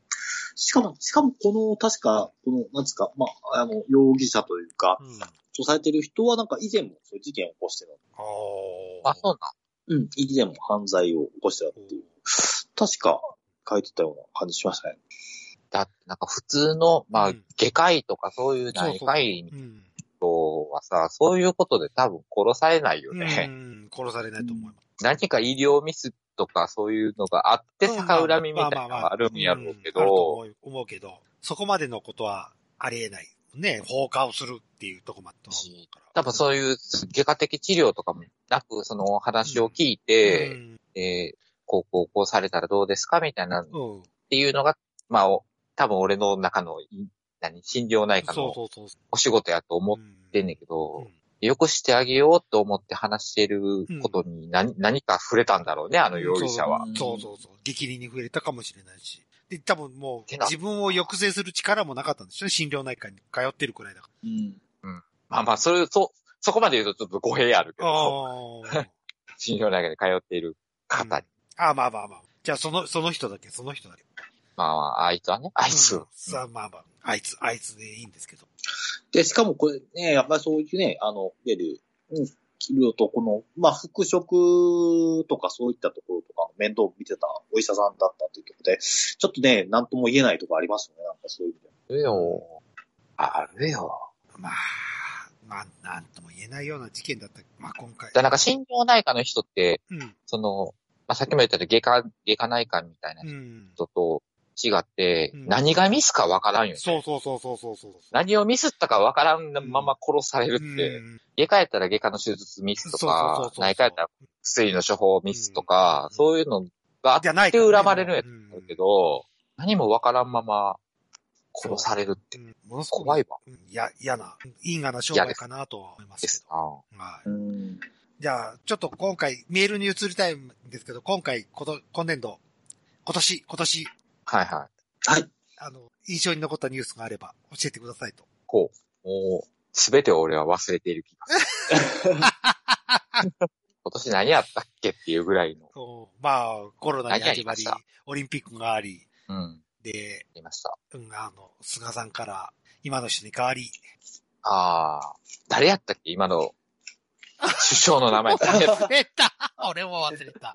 しかも、しかもこの、確か、この、なんですか、まあ、あの、容疑者というか、うん、そうされてる人はなんか以前もそういう事件を起こしてる。 ああ、そうな。 うん、以前も犯罪を起こしてたっていう。確か書いてたような感じしましたね。 だって、なんか普通の、まあ、うん、外科医とかそういう内科医とはさ、そういうことで多分殺されないよね。 うん、殺されないと思います。 何か医療ミスとかそういうのがあって逆恨みみたいなのがあるんやろうけど。あると思う、思うけど、そこまでのことはありえない。ね、放火をするっていうとこまで。 多分そういう外科的治療とかもなく、その話を聞いて、うん、えー、こうこうこうされたらどうですかみたいな、うん、っていうのが、まあ、多分俺の中の、何、心療内科のお仕事やと思ってんねんけど、うんうん、よくしてあげようと思って話してることに何、うん、何か触れたんだろうね、あの容疑者は。 そうそうそう。激励に触れたかもしれないし。で、多分もう自分を抑制する力もなかったんでしょうね、心療内科に通ってるくらいだから。 うん。うん。まあまあ、それ、そ、そこまで言うとちょっと語弊あるけど。心療内科に通っている方に。 うん、ああ、まあまあまあ。じゃあその、その人だけ、その人だけ。 まあまあ、あいつはね、あいつ。うん、 さあまあまあ、あいつ、あいつでいいんですけど。 で、しかもこれね、やっぱりそういうね、あの、いわゆる、うん、切ると、この、まあ、復職とかそういったところとかの面倒を見てたお医者さんだったというところで、ちょっとね、なんとも言えないところありますよね、なんかそういう意味で。 あるよ。あるよ。 まあ、まあ、なんとも言えないような事件だった。まあ、今回。 だなんか心療内科の人って、うん、その、まあ、さっきも言ったように外科、外科内科みたいな人と違って、うん、何がミスかわからんよね。 そうそうそうそうそうそう。 何をミスったかわからんまま殺されるって、うん、外科やったら外科の手術ミスとか、内科やったら薬の処方ミスとか、うん、そういうのがあって恨まれるやつだけど、うん、何もわからんまま殺されるって、ものすごい怖いわ。 いや、嫌な、因果な商売かなとは思いますけど。はい。うんじゃあ、ちょっと今回、メールに移りたいんですけど、今回、こと、今年度、今年、今年。 はいはい。 はい。 あの、印象に残ったニュースがあれば、教えてくださいと。 こう。もう、すべてを俺は忘れている気がする。今年何やったっけっていうぐらいの。 まあ、コロナに始まり、オリンピックがあり。 うん。 で、 ありました。 うん、あの、菅さんから、今の人に変わり。 ああ、誰やったっけ今の、首相の名前誰やった忘れた俺も忘れた。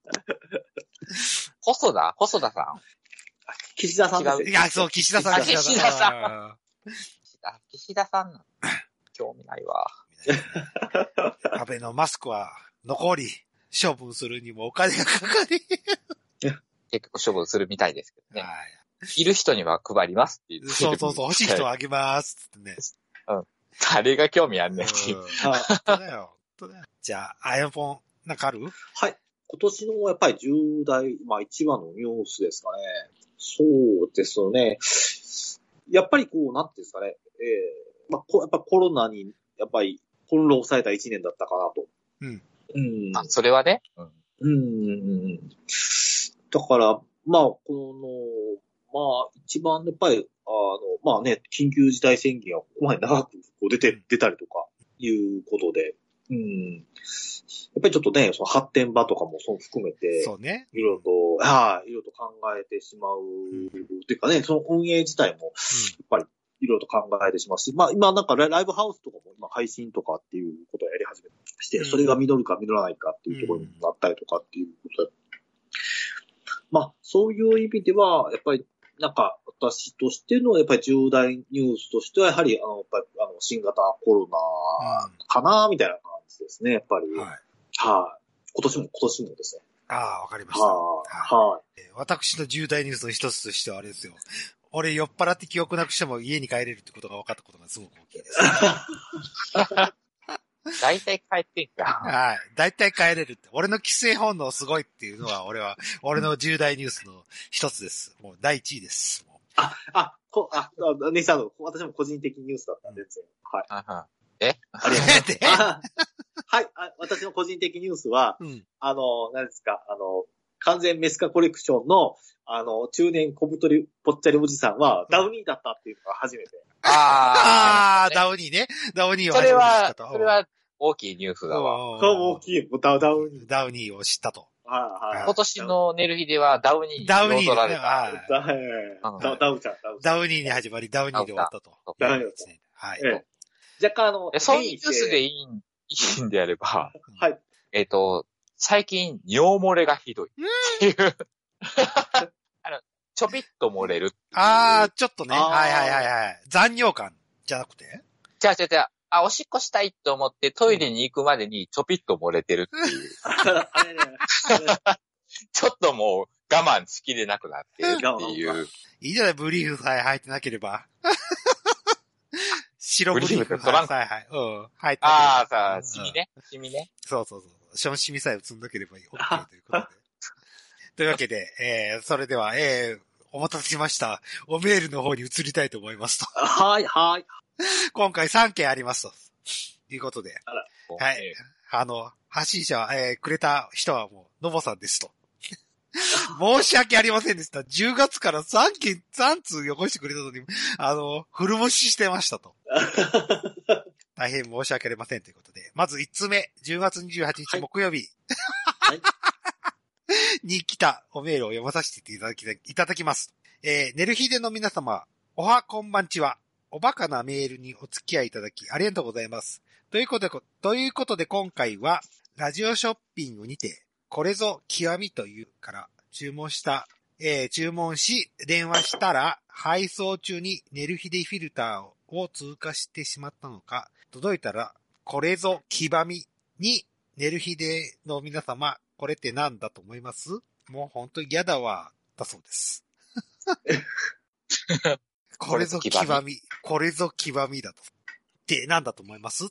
細田細田さん岸田さんです。 いや、そう、岸田さん。 岸田さん。岸田さんなの興味ないわ。 安倍のマスクは残り、処分するにもお金がかかり。 結構処分するみたいですけどね。はい。いる人には配りますっていう。 そうそうそう、欲しい人はあげますってね。 うん。誰が興味あんねんっていう。 本当だよ。じゃあ、iPhone なんかある？ はい。今年のやっぱり重大、まあ一番のニュースですかね。そうですよね。やっぱりこう、なんていうんですかね。えー、まあ、やっぱコロナに、やっぱり翻弄された一年だったかなと。 うん。 うん。 あ、それはね。 うん。うん。だから、 まあ、この、まあ、一番やっぱり、あの、まあね、緊急事態宣言がここまで長くこう出て、出たりとか、いうことで、うん。やっぱりちょっとね、その発展場とかもそう含めて、 そうね。 いろいろと、はい、いろいろと考えてしまう、うん、っていうかね、その運営自体も、やっぱりいろいろと考えてしまうし、まあ今なんかライブハウスとかも今配信とかっていうことをやり始めてして、それが実るか実らないかっていうところになったりとかっていうことで、まあそういう意味では、やっぱりなんか私としてのやっぱり重大ニュースとしては、やはりあの、やっぱりあの新型コロナかな、みたいな感じですね、やっぱり。はい。はい、あ。今年も、今年もですね。 ああ、わかりました。 はい。はい。 私の重大ニュースの一つとしてはあれですよ。俺酔っ払って記憶なくしても家に帰れるってことが分かったことがすごく大きいです。 大体帰ってんか。 はい。大体帰れるって。俺の規制本能すごいっていうのは、俺は、俺の重大ニュースの一つです。もう第一位です。 あ、あ、こ、あ、あ、ネイさんの、私も個人的ニュースだったんで、うん、はい。 あはえありがとうございます。はいあ。私の個人的ニュースは、うん、あの、何ですか、あの、完全メスカコレクションの、あの、中年小太りぽっちゃりおじさんは、ダウニーだったっていうのが初めて。 ああ、ダウニーね。ダウニーを初めて知ったと。それは、それは大きいニュースだわ。 そう、大きい。ダウニー。 ダウニーを知ったと。 はいはい。 今年の寝る日ではダウニーに彩られた。 ダウニー。ダウ、ダウちゃん、ダウダウニーに始まり、ダウニーで終わったと。 ダウニーですね。はい。若干あの、 そういうニュースでいいん、いいんであれば、 はい。 えっと、最近、尿漏れがひどい。っていう。あの、ちょびっと漏れる。 ああ、ちょっとね。はいはいはいはい。残尿感じゃなくてじゃあじゃあじゃあ、あ、おしっこしたいと思ってトイレに行くまでにちょびっと漏れてるっていう。ちょっともう我慢しきれなくなってるっていう。 いいじゃない、ブリーフさえ履いてなければ。白ブリーフトランク。 はいはい。うん。履いてああ、さあ、シミね。シミね。 そうそうそう。そのシミさえ積んなければいい。OK ということで。というわけで、えー、それでは、えー、お待たせしました。おメールの方に移りたいと思いますと。 はい、はい。 今回さんけんありますと。いうことで。はい。あの、発信者は、えー、くれた人はもう、のぼさんですと。申し訳ありませんでした。じゅうがつからさんけん、さん通よこしてくれたのに、あの、フル無視してましたと。大変申し訳ありませんということで。まずいちつめ、じゅうがつにじゅうはちにち木曜日。はい。に来たおメールを読まさせていただき、いただきます。えー、寝る日での皆様、おはこんばんちは。おバカなメールにお付き合いいただきありがとうございます。ということで、ということで今回は、ラジオショッピングにて、これぞ極みというから注文した、えー、注文し、電話したら、配送中に寝る日でフィルターを通過してしまったのか、届いたら、これぞ極みに、寝る日での皆様、これって何だと思います？もう本当に嫌だわ、だそうです。これぞ極み。これぞ極みだと。って何だと思いますって。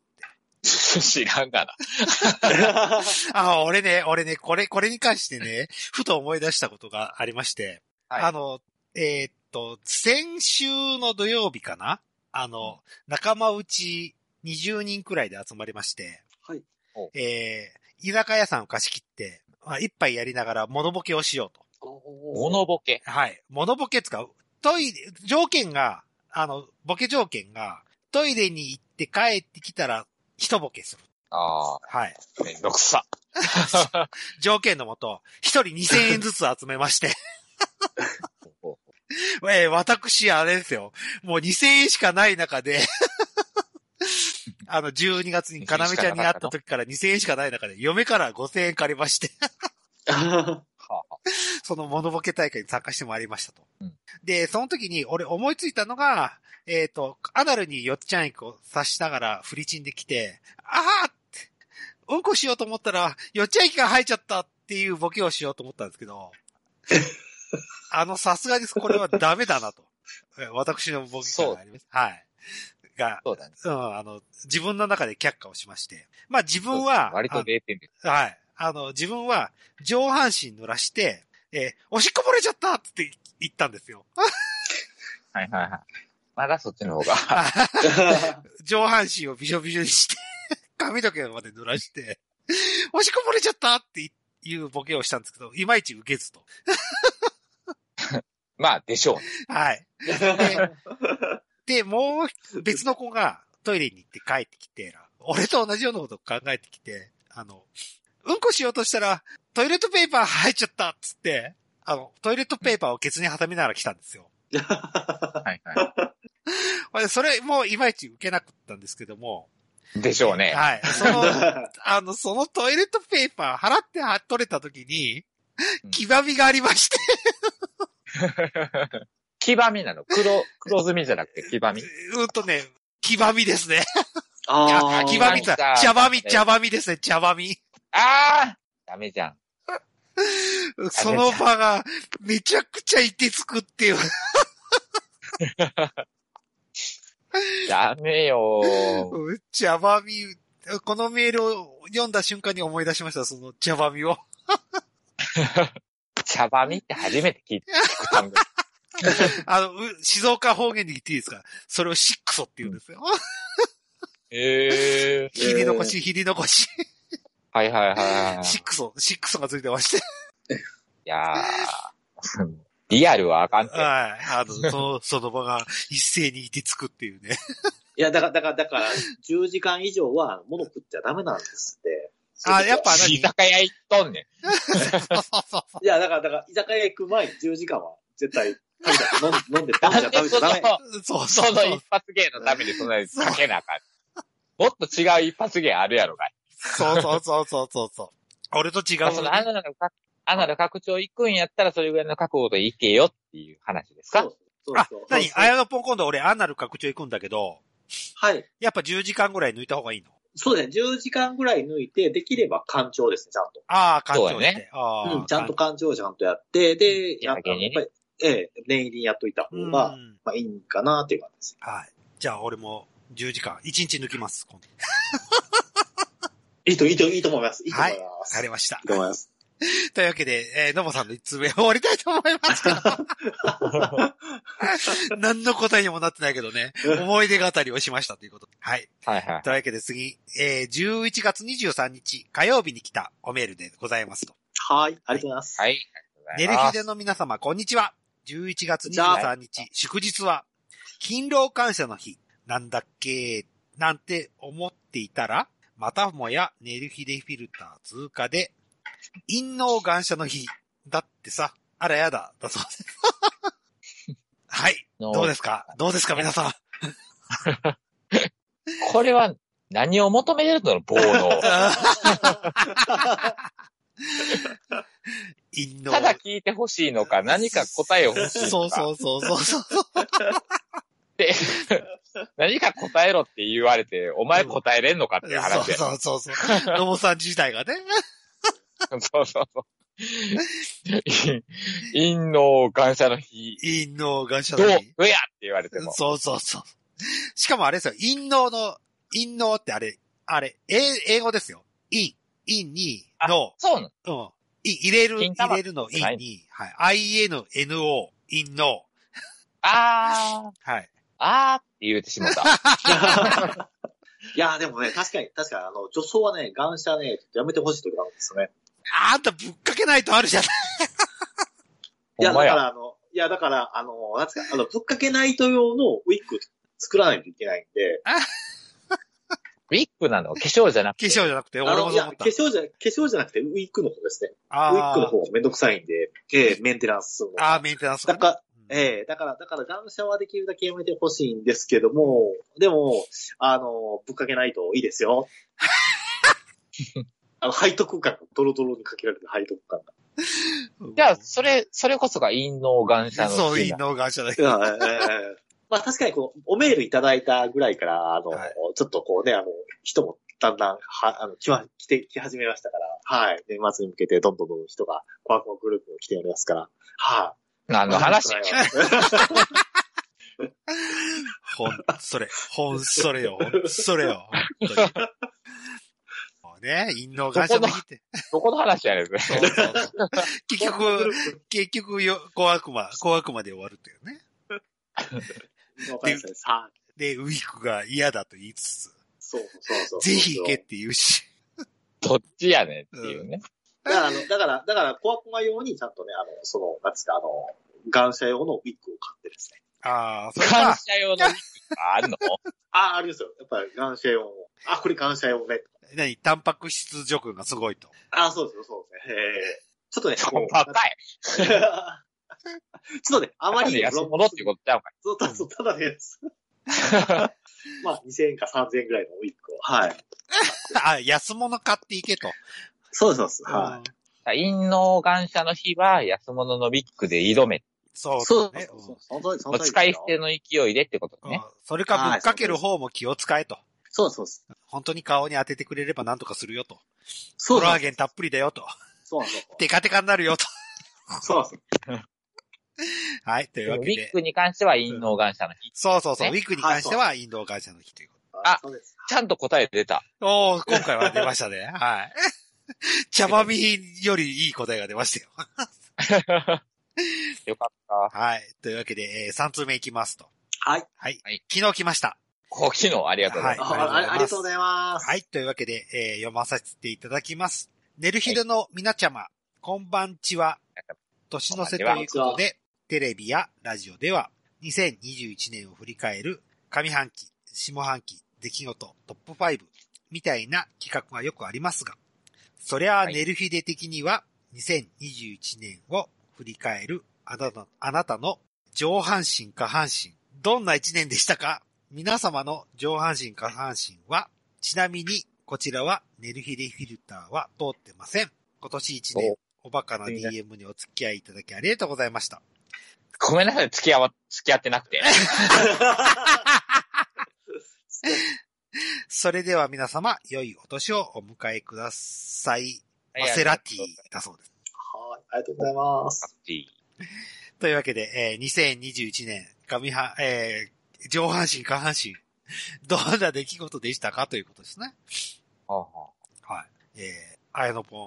知らんがな。 あ、俺ね、俺ね、これ、これに関してね、ふと思い出したことがありまして、はい、あの、えー、っと、先週の土曜日かな？あの、仲間内にじゅうにんくらいで集まりまして、 はい。 えー、居酒屋さんを貸し切って、まあ、一杯やりながらモノボケをしようと。 モノボケ？ はい。モノボケ使う。トイレ、条件が、あの、ボケ条件が、トイレに行って帰ってきたら、一ボケする。 ああ。 はい。 めんどくさ。 条件のもと、一人にせんえんずつ集めまして。えー、私、あれですよ。もうにせんえんしかない中で、あの、じゅうにがつにかなめちゃんに会った時からにせんえんしかない中で、嫁からごせんえん借りまして。そのモノボケ大会に参加してまいりましたと。うん、で、その時に俺思いついたのが、えっ、ー、と、アナルによっちゃん液を刺しながらフリチンで来て、あーって、うんこしようと思ったら、よっちゃん液が入っちゃったっていうボケをしようと思ったんですけど、あの、さすがにこれはダメだなと。私のボケがあります。はい。が、そうだね。うん、あの、自分の中で却下をしまして。まあ自分は、 割とれいてんです。 はい。あの、自分は上半身濡らして、えー、おしっこ漏れちゃったって言ったんですよ。 はいはいはい。まだそっちの方が。 上半身をびしょびしょにして、髪の毛まで濡らして、おしっこ漏れちゃったっていうボケをしたんですけど、いまいち受けずと。 まあ、でしょうね。 はい。で、で、もう別の子がトイレに行って帰ってきて、俺と同じようなことを考えてきて、あの、うんこしようとしたら、トイレットペーパー入っちゃったっつって、あの、トイレットペーパーをケツに挟みながら来たんですよ。 はいはい。 それもいまいち受けなかったんですけども。 でしょうね。 はい。その、あの、そのトイレットペーパー払って取れた時に、黄ばみがありまして。 黄ばみなの？黒、黒ずみじゃなくて黄ばみ？ うんとね、黄ばみですね。 ああ。 黄ばみだ。茶ばみ、茶ばみですね、茶ばみ。 ああダメじゃん。 その場がめちゃくちゃいてつくっていう。 ダメよー。 茶ばみ、このメールを読んだ瞬間に思い出しました、その茶ばみを。 茶ばみって初めて聞いた単語。 あの、静岡方言で言っていいですか？それをシックソって言うんですよ。 へえー。 ひり残し、ひり残し。 はいはいはい。 シックソ、シックソがついてまして。 いやー、リアルはあかんて。 はい。あの、その、その場が一斉にいてつくっていうね。 いや、だから、だから、だから、じゅうじかん以上は物食っちゃダメなんですって。 あ、やっぱ何？居酒屋行っとんねん。 いや、だから、だから、居酒屋行く前にじゅうじかんは絶対食べたら、飲んで食べちゃ食べちゃダメ。 そうそう。その一発芸のためにそんなにかけなあかん。もっと違う一発芸あるやろがい。 そうそうそうそうそうそう。俺と違う、ね。 そのアナルの、アナル拡張行くんやったらそれぐらいの覚悟で行けよっていう話ですか？ そうそうあ、なに？あやのぽん今度俺アナル拡張行くんだけど。 はい。 やっぱじゅうじかんぐらい抜いた方がいいの？ そうですね。じゅうじかんぐらい抜いて、できれば干潮ですね、ちゃんと。 ああ、干潮ね。あうん、ちゃんと干潮ちゃんとやって、で、 やっぱり、 ええ、念入りにやっといた方が、まあいいんかなっていう感じです。 はい。じゃあ俺もじゅうじかん、いちにち抜きます。 いいと、いいと、いいと思います。いいと思います。はい。 わかりました。 いいと思います。 というわけで、えー、のぼさんのいっつうめ終わりたいと思いますけど。何の答えにもなってないけどね。思い出語りをしましたということで。はい。 はいはい。 というわけで次、えー、じゅういちがつにじゅうさんにち火曜日に来たおメールでございますと。 はい。ありがとうございます。 はい。 寝る日での皆様、こんにちは。じゅういちがつにじゅうさんにち、祝日は、勤労感謝の日、なんだっけ、なんて思っていたら、またもや寝る日でフィルター通過で、陰謀感謝の日。だってさ、あらやだ、だそうです。はい。どうですかどうですか皆さん。 これは何を求めてるの棒の。ただ聞いてほしいのか、何か答えを欲しいのか。 そうそうそうそうそう。 で、何か答えろって言われて、お前答えれんのかっていう話や。 そうそうそうそう。のぼさん自体がね。 そうそうそう。陰謀感謝の日。 陰謀感謝の日。 どう、どうやって言われても。 そうそうそう。しかもあれですよ、陰謀の、陰謀ってあれ、あれ、英語ですよ。陰、陰に、の。 そうなの。うん。入れる、入れるの陰に、はい。インノ、陰の。 あー。 はい。 あーって言うてしまった。 いや、でもね、確かに、確かに、あの、女装はね、感謝ね、やめてほしいところなんですよね。 あんたぶっかけないとあるじゃない。 いや、だからあの、いや、だから、あの、なんつか、あの、ぶっかけないと用のウィッグ作らないといけないんで。 ウィッグなの？化粧じゃなくて。化粧じゃなくて、俺もいや、化粧じゃ、化粧じゃなくて、ウィッグの方ですね。ウィッグの方めんどくさいんで、ええ、メンテナンスの。 ああ、メンテナンス。 だから、ええ、だから、だから、感謝はできるだけやめてほしいんですけども、でも、あの、ぶっかけないといいですよ。あの、背徳感がドロドロにかけられる背徳感が。 じゃあ、それ、それこそが陰謀感謝の日。 そう、陰謀感謝の日。 まあ確かにこう、おメールいただいたぐらいから、あの、はい、ちょっとこうね、あの、人もだんだん、は、あの、来ま、来て、来始めましたから、はい。年末に向けてどんどんどんどん人が、コアコアグループに来ておりますから、はい。 何の話ほん、それ、ほんそれよ、ほんそれよ。もうね、陰謀感謝の日って。 どこの話やねん、ね。そうそうそう結局、結局よ、小悪魔、小悪魔で終わるというね。で、で、ウィッグが嫌だと言いつつ。 そうそうそう。 ぜひ行けって言うし。 どっちやねんっていうね。 だから、あの、だから、だから、小悪魔用にちゃんとね、あの、その、なんですか、あの、 ガンシャ用のウィッグを買ってですね。 ああ、それガンシャ用のウィッグあるのああ、ありますよ。やっぱりガンシャ用の。あ、これガンシャ用ね。 何タンパク質除去がすごいと。 ああ、そうですよ、そうですね。ええー、ちょっとね、 高い。 ちょっとね、あまりに安物ってことちゃうかい。 そう、ただ、ただね、まあ、にせんえんかさんぜんえんぐらいのウィッグを。はい。 あ、安物買っていけと。 そうです、そうです。はい。 陰の感謝の日は安物のウィッグで挑め。 そうそうね。そう使い捨ての勢いでってことね。 それかぶっかける方も気を使えと。 そうそうです。 本当に顔に当ててくれれば何とかするよと。 そう。 コラーゲンたっぷりだよと。 そうなんです。 テカテカになるよと。 そうなんです。 はい。というわけで。 ウィッグに関しては陰の感謝の日。 そうそうそう。ウィッグに関しては陰の感謝の日ということ。 あ、ちゃんと答え出た。 おー、今回は出ましたね。はい。茶葉みよりいい答えが出ましたよ。 よかった。 はい。というわけで、えー、さん通目いきますと。 はい。 はい。昨日来ました。 お、昨日ありがとうございます。 はい、あ, ありがとうございます。 はい。というわけで、えー、読まさせていただきます。寝る昼の皆ちゃま、はい、こんばんちは。年の瀬ということで、テレビやラジオでは、にせんにじゅういちねんを振り返る上半期、下半期、出来事、トップファイブみたいな企画がよくありますが、そりゃあ寝る日で的には、にせんにじゅういちねんを振り返るあなた、あなたの上半身下半身、どんな一年でしたか？皆様の上半身下半身は、ちなみにこちらは寝る日でフィルターは通ってません。今年一年、おバカな ディーエム にお付き合いいただきありがとうございました。 ごめんなさい、付き合わ、付き合ってなくて。 それでは皆様、良いお年をお迎えください。マセラティだそうです。 はい、ありがとうございます。 というわけで、えー、にせんにじゅういちねん、上半、えー、上半身下半身、どんな出来事でしたかということですね。 はあはあ、はい。えー、あやのぽん。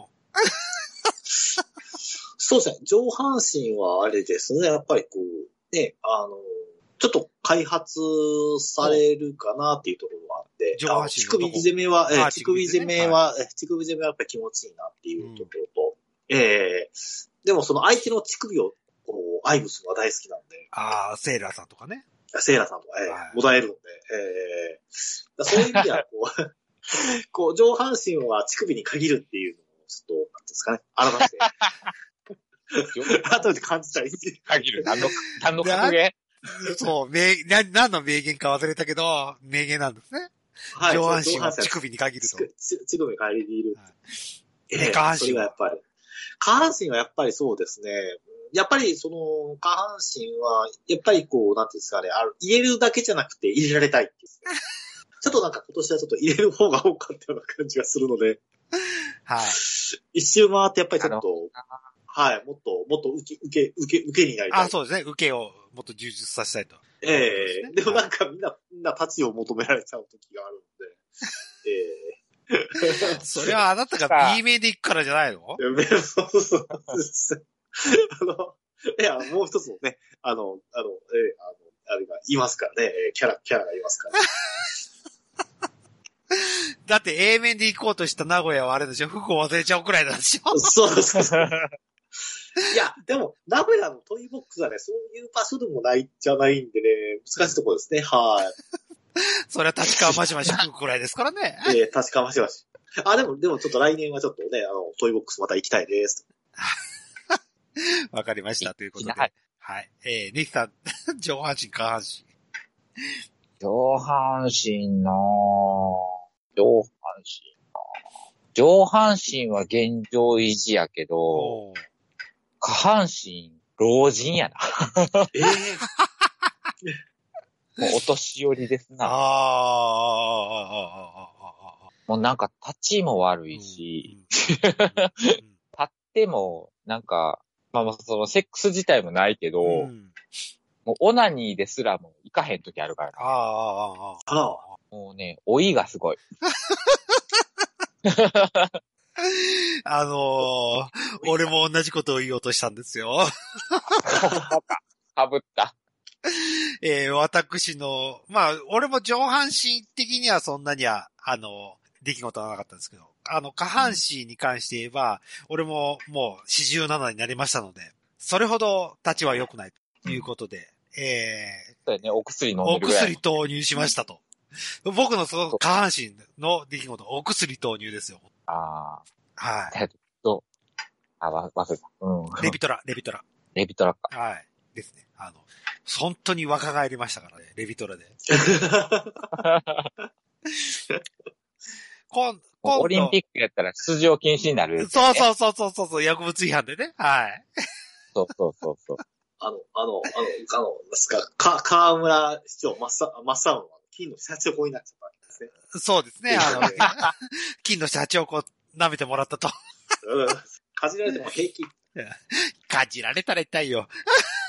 そうですね。上半身はあれですね。やっぱりこう、ね、あの、ちょっと開発されるかなっていうところがあって、 上半身乳首攻めは、えー、乳首攻めは、はい、乳首攻めはやっぱり気持ちいいなっていうところと、うん、えー、でもその相手の乳首をこう愛撫するのは大好きなんで。 ああ、セーラーさんとかね。 セーラーさんとか、えーはい、もだえるので、えー、そういう意味ではこう、こう上半身は乳首に限るっていうのをちょっと、なんていうんですかね、改めて。後で感じたり。 限る。何の、何の格言そう、名、な、何の名言か忘れたけど、名言なんですね。はい。上半身は乳首に限ると。 乳首に限る。はい、 えー、下半身は。それがやっぱり。下半身はやっぱりそうですね。やっぱりその、下半身は、やっぱりこう、なんていうんですかね、ある、入れるだけじゃなくて入れられたいっていう。ちょっとなんか今年はちょっと入れる方が多かったような感じがするので。 はい。 一周回ってやっぱりちょっと、はい、もっと、もっと受け、受け、受け、受けになりたい。 あ、そうですね。受けをもっと充実させたいと。 ええー、でもなんかみんな、みんな立ちを求められちゃう時があるので。ええー。それはあなたが B 面で行くからじゃないの？ そうそうそう。あの、いや、もう一つのね、あの、あの、えー、あの、あれがいますからね、キャラ、キャラがいますから、ね。 だって A 面で行こうとした名古屋はあれでしょ？服を忘れちゃうくらいなんでしょ？ そうそうそう。いや、でも、名古屋のトイボックスはね、そういう場所でもないじゃないんでね、難しいところですね。はい。 それは立川マシマシ服くらいですからね。 ええー、立川マシマシ。あ、でも、でもちょっと来年はちょっとね、あの、トイボックスまた行きたいです。 わかりました。ということで。はい。はい、えー、ニキさん、上半身、下半身。 上半身なぁ。上半身なぁ。上半身は現状維持やけど、下半身、老人やな。 ええー、もうお年寄りですな。 ああ。 もうなんか立ちも悪いし、うんうん、立ってもなんか、まあそのセックス自体もないけど、うん、もうオナニーですらも行かへん時あるから、ね。 ああ、ああ。 もうね、老いがすごい。 あのー、俺も同じことを言おうとしたんですよ。 かぶった。 えー、私の、まあ、俺も上半身的にはそんなには、あの、出来事はなかったんですけど、あの、下半身に関して言えば、うん、俺ももうよんじゅうななになりましたので、 それほど立ちは良くないということで、うん、ええー。そうね、お薬飲んでるぐらい。 お薬投入しましたと。僕のその下半身の出来事、お薬投入ですよ。 ああ。はい。 えっと、あ、わ、忘れた。うん。 レビトラ、レビトラ。 レビトラか。 はい。ですね。あの、本当に若返りましたからね、レビトラで。今今オリンピックやったら出場禁止になる、ね。 そうそうそうそうそう、薬物違反でね。はい。 そうそうそうそう。 あの、あの、あの、あの、ですか、か、河村市長、マッサ、マッサウンは、金のシャチホコになっちゃったわけですね。 そうですね。あの、金のシャチホコ舐めてもらったと。 うん。かじられても平気。 かじられたら痛いよ。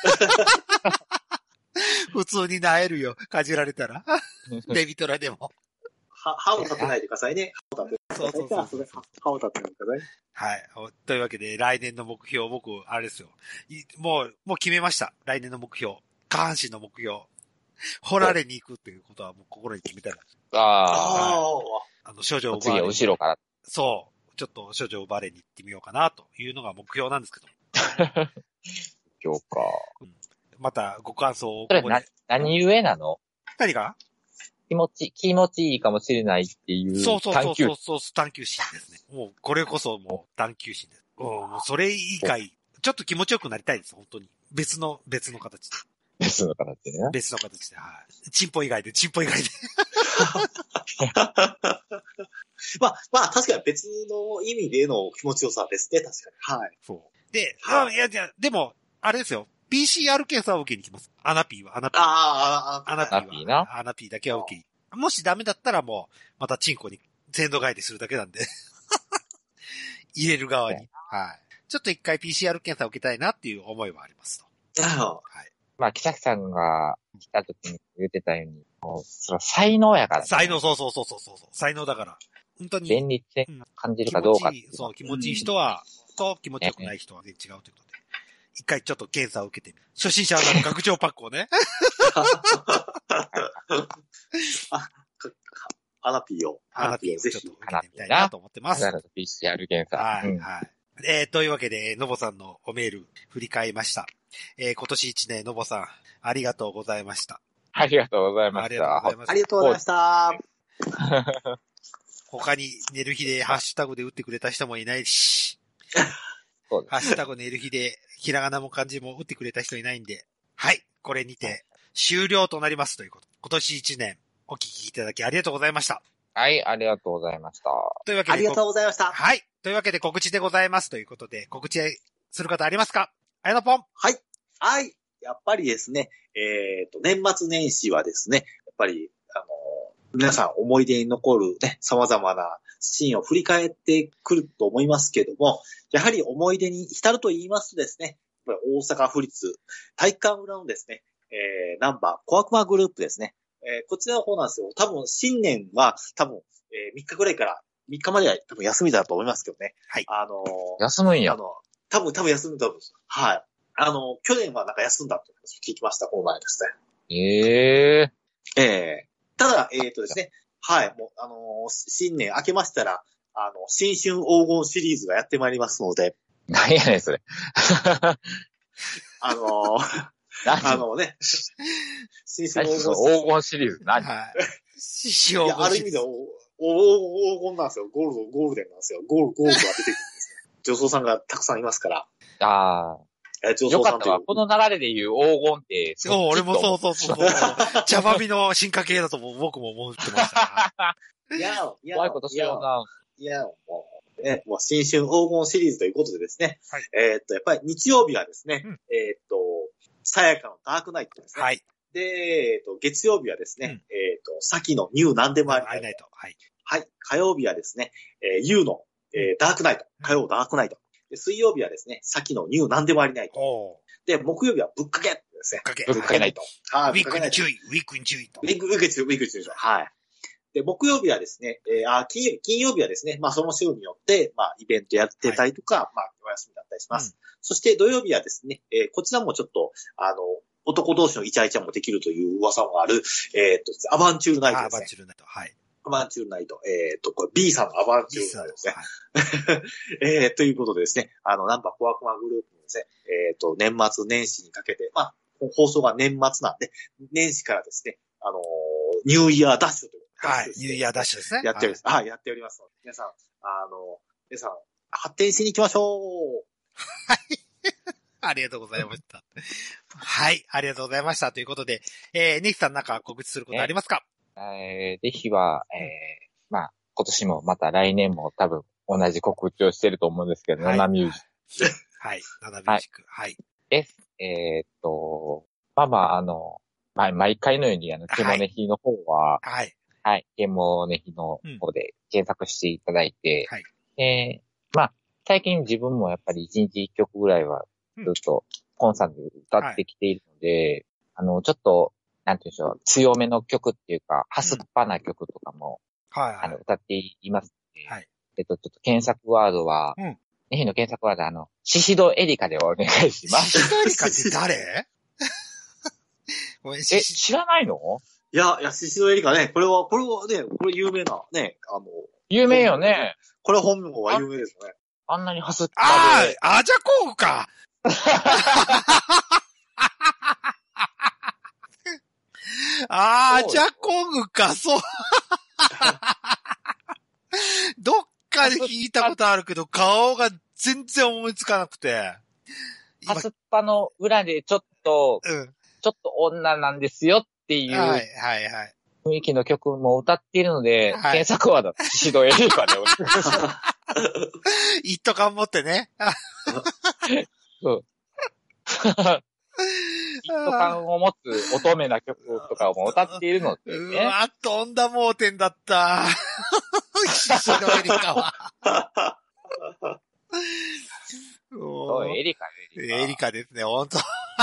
普通に萎えるよ。かじられたら。レビトラでも。 は、歯を立てないでくださいね。歯を立てないでください。そうそうそう。歯を立てないでください。 はい。というわけで、来年の目標、僕、あれですよ。もう、もう決めました。来年の目標。下半身の目標。掘られに行くっていうことはもう心に決めたら。 ああ。 あの、少女を奪われに。次は後ろから。 そう。ちょっと少女を奪われに行ってみようかな、というのが目標なんですけど。 今日か、 うん。また、ご感想をここで。それな、何故なの？ 何が？ 気持ち、気持ちいいかもしれないっていう。 そうそうそうそうそう、探求心ですね。もう、これこそもう探求心です。うん、もうそれ以外、ちょっと気持ちよくなりたいです、本当に。別の、別の形で。 別の形でね。 別の形で、はい。チンポ以外で、チンポ以外で。 まあ、まあ、確かに別の意味での気持ちよさですね、確かに。はい。 そう。で、はい、いやいや、でも、あれですよ。ピーシーアール 検査を受けに行きます。アナピーは、アナピー。 ああ、 アナピーは。アナピーな。アナピーだけは受け。もしダメだったらもう、またチンコに全度返りするだけなんで。入れる側に。はい。ちょっと一回 ピーシーアール 検査を受けたいなっていう思いはありますと。 はい。 まあ、北木さんが来た時に言ってたように、もうそれは才能やから、ね。 才能、そうそうそうそうそう。才能だから。本当に。 便利って感じるかどうか、うん、 気持ちいい、そう、気持ちいい人は、と気持ちよくない人は全然違うということで。一回ちょっと検査を受けてみる。初心者の学長パックをね。 あ、アナピーを。 アナピーをちょっと受けてみたいなと思ってます。 ピーシーアール 検査。 はい、うん、はい。えー、というわけで、のぼさんのおメール、振り返りました。えー、今年一年、のぼさん、ありがとうございました。 ありがとうございました。 ありがとうございました。 他に寝る日でハッシュタグで打ってくれた人もいないし、そうですね、ハッシュタグ寝る日でひらがなも漢字も打ってくれた人いないんで、はい、これにて終了となりますということ。今年一年お聞きいただきありがとうございました。 はい、ありがとうございました。 というわけで、 ありがとうございました。 はい、というわけで告知でございますということで、告知する方ありますか？あやのぽん。 はい、はい、やっぱりですね、えっと、年末年始はですね、やっぱり、あの、皆さん思い出に残るね、様々なシーンを振り返ってくると思いますけども、やはり思い出に浸ると言いますとですね、やっぱり大阪府立体育館裏のですね、えー、ナンバー小悪魔グループですね。えー、こちらの方なんですよ。多分新年は多分、えー、みっかぐらいからみっかまでは多分休みだと思いますけどね。 はい。 あのー、 休むんや。 あの、多分多分休むと思うんです。はい。あの、去年はなんか休んだって聞きました、この前ですね。 ええー。えー。ただ、えっ、ー、とですね、はい、もう、あのー、新年明けましたら、あの、新春黄金シリーズがやってまいりますので。 何やねん、それ。 あのー、あのね、新春黄金黄金シリーズ何？はい。 新春黄金シリーズ。いや、 ある意味で黄金なんですよ。ゴールド、ゴールデンなんですよ。ゴール、ゴールドが出てくるんですね。女装さんがたくさんいますから。 ああ。 え、女装さんという。 よかったわ。この流れで言う黄金って、 そう、俺もそうそうそうそう。茶葉火の進化系だと僕も思ってました。 いや、いや、 怖いことしような。 いや、もう、ね、もう新春黄金シリーズということでですね。 はい、 えー、っと、やっぱり日曜日はですね、うん、えー、っと、さやかのダークナイトですね。 はい。 で、えー、っと、月曜日はですね、うん、えー、っと、さきのニューなんでもありない。ないと。はい。 はい。火曜日はですね、えー、ユーの、えー、ダークナイト。火曜ダークナイト。で水曜日はですね、さきのニューなんでもありないと。で、木曜日はぶっかけですね。 ぶっかけ。 ぶっかけないと。 はい。ウィークに注意。ウィークに注意と。 ウィーク、ウィークに注意、ウィークに注意。はい。で、木曜日はですね、えー、あ、金曜日、金曜日はですね、まあその週によって、まあイベントやってたりとか、はい、まあお休みだったりします。うん、そして土曜日はですね、えー、こちらもちょっと、あの、男同士のイチャイチャもできるという噂もある、えー、っと、アバンチュールナイトですね。 アバンチュールナイト。はい。 アバンチュールナイト。えー、っと、これ B さんのアバンチュールナイトですね。はい、えー、ということでですね、あの、ナンバー小悪魔グループのですね、えっ、ー、と、年末年始にかけて、まあ、放送が年末なんで、年始からですね、あのー、ニューイヤーダッシュという。 はい、ニューイヤーダッシュですね。 やっております。はい、はい、やっておりますので、皆さん、あの、皆さん、発展しに行きましょう。 はい。ありがとうございました。はい、ありがとうございました。ということで、えー、ニキさんなんか告知することありますか？ えー、ぜひは、えー、まあ、今年もまた来年も多分同じ告知をしてると思うんですけど、はい、ナナミュージック。 はい、ナナミュージック。はい。 です。えー、っと、まあまあ、あの、まあ、毎回のように、あの、ケモネヒの方は、 はい。 はい。ケモネヒの方で検索していただいて、うん、はい。えー、まあ、最近自分もやっぱり一日一曲ぐらいはずっとコンサートで歌ってきているので、はい、あの、ちょっと、なんていうんでしょう、強めの曲っていうか、ハスっぱな曲とかも、うん、はい、はい。あの、歌っていますので、はい。えっと、ちょっと検索ワードは、うん。ネヒの検索ワードは、あの、シシドエリカでお願いします。 シシドエリカって誰え、知らないの？ いや、いや、シシドエリカね、これは、これはね、これ有名な、ね、あの、 有名よね。 これ本名は有名ですよね。 あ, あんなにハスっぱで。ああ、アジャコウか。あー、ジャコグか、そう。どっかで聞いたことあるけど、顔が全然思いつかなくて。 ハスっぱの裏でちょっと、うん、ちょっと女なんですよっていう、はいはいはい。雰囲気の曲も歌っているので、はい、検索ワード、シシドエリカでお願いします。 一斗缶持ってね。 そう。一斗缶を持つ乙女な曲とかも歌っているので、ね。 うわ、とんだ盲点だった。シシドエリカは。 そう、エリカ、 エリカ。エリカですね、ほんと。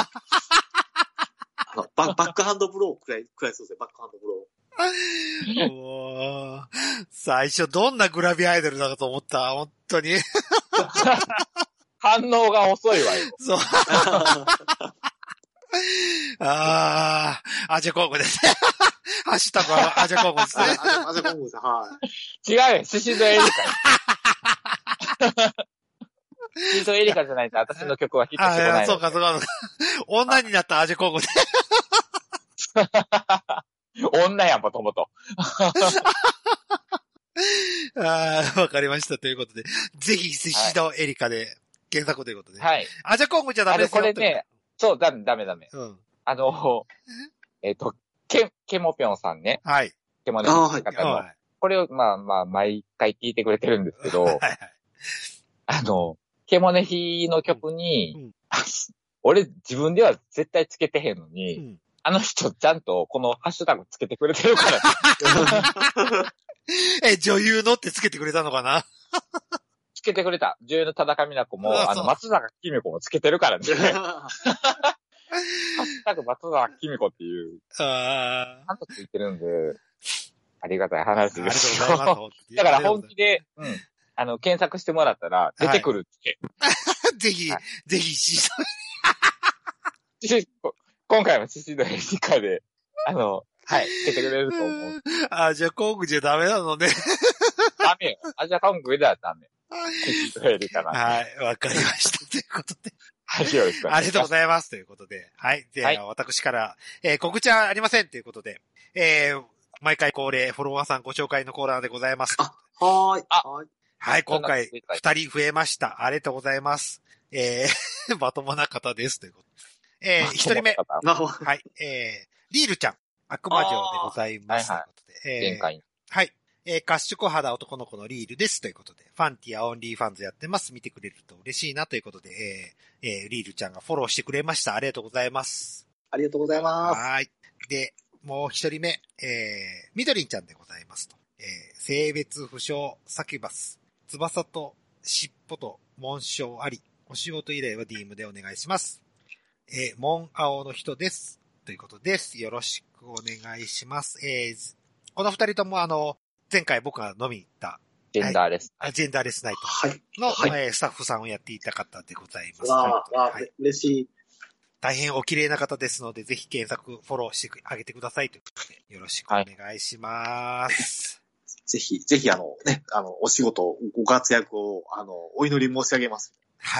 バ, バックハンドブローくらい、くらいそうですね、バックハンドブロー。もう、最初どんなグラビアアイドルだかと思った、本当に。 反応が遅いわよ。 そう。あー、アジャコングですね。ハッシュタグはアジャコングですね。 アジャコングです、はい。 違うよ、シシドエリカ。シシドエリカじゃないと私の曲はヒットしてこない。 あ、そうか、そうか。女になったアジャコングで。 女やん、もともと。 ああ、わかりました。ということで、ぜひ、シシドエリカで検索ということで。はい。アジャコングじゃダメですよ。 あれ、これね、そう、ダメ、ダメ、ダメ。うん。あの、えっと、ケ、ケモピョンさんね。はい。ケモネの方の、はい。これを、まあまあ、毎回聞いてくれてるんですけど、はいはい。あの、ケモネヒの曲に、うん、俺自分では絶対つけてへんのに、うん、あの人ちゃんとこのハッシュタグつけてくれてるから。 え、女優のってつけてくれたのかな？ つけてくれた。女優の田中美奈子も、あの、松坂きみ子もつけてるからね。ハッシュタグ松坂きみ子っていう、ああ。ちゃんとついてるんで、ありがたい話ですよ。ありがとうございます。だから本気で、うん。あの、検索してもらったら、出てくるって。 はい、ぜひ、はい、ぜひ、シシド。今回はシシドエリカで、あの、はい、つけてくれると思う。 あ、じゃあコングじゃダメなのね。 ダメよ。あ、じゃあコングではダメ。シシドエリカな。 はい、わかりました。ということで。 はい、よろしくお願いします。 ありがとうございます。ということで。はい。では、はい、私から、えー、告知はありませんということで、えー、毎回恒例、フォロワーさんご紹介のコーナーでございます。 あ、はーい。 あ、 はい。 はい、今回、二人増えました。ありがとうございます。えー、まともな方です。ということ。えー、一人目。はい、えー、リールちゃん、悪魔女でございます。はいはい、えー、 前回。 はい。えー、褐色肌男の子のリールです。ということで、ファンティアオンリーファンズやってます。見てくれると嬉しいなということで、えー、えー、リールちゃんがフォローしてくれました。ありがとうございます。 ありがとうございます。 はい。で、もう一人目、えー、みどりんちゃんでございますと。えー、性別不詳、サキュバス。翼と尻尾と紋章あり。お仕事依頼は ディーエム でお願いします。えー、モン青の人です。ということです。よろしくお願いします。えー、この二人ともあの、前回僕が飲みに行った、 ジェンダーレス、 はい、ジェンダーレスナイトの、はいはい、スタッフさんをやっていた方でございます。 わあ、はい、嬉しい。 大変お綺麗な方ですので、ぜひ検索、フォローしてあげてくださいということで、よろしくお願いします。 はい、ぜひ、ぜひあのね、あの、お仕事、ご活躍を、あの、お祈り申し上げます。 はい。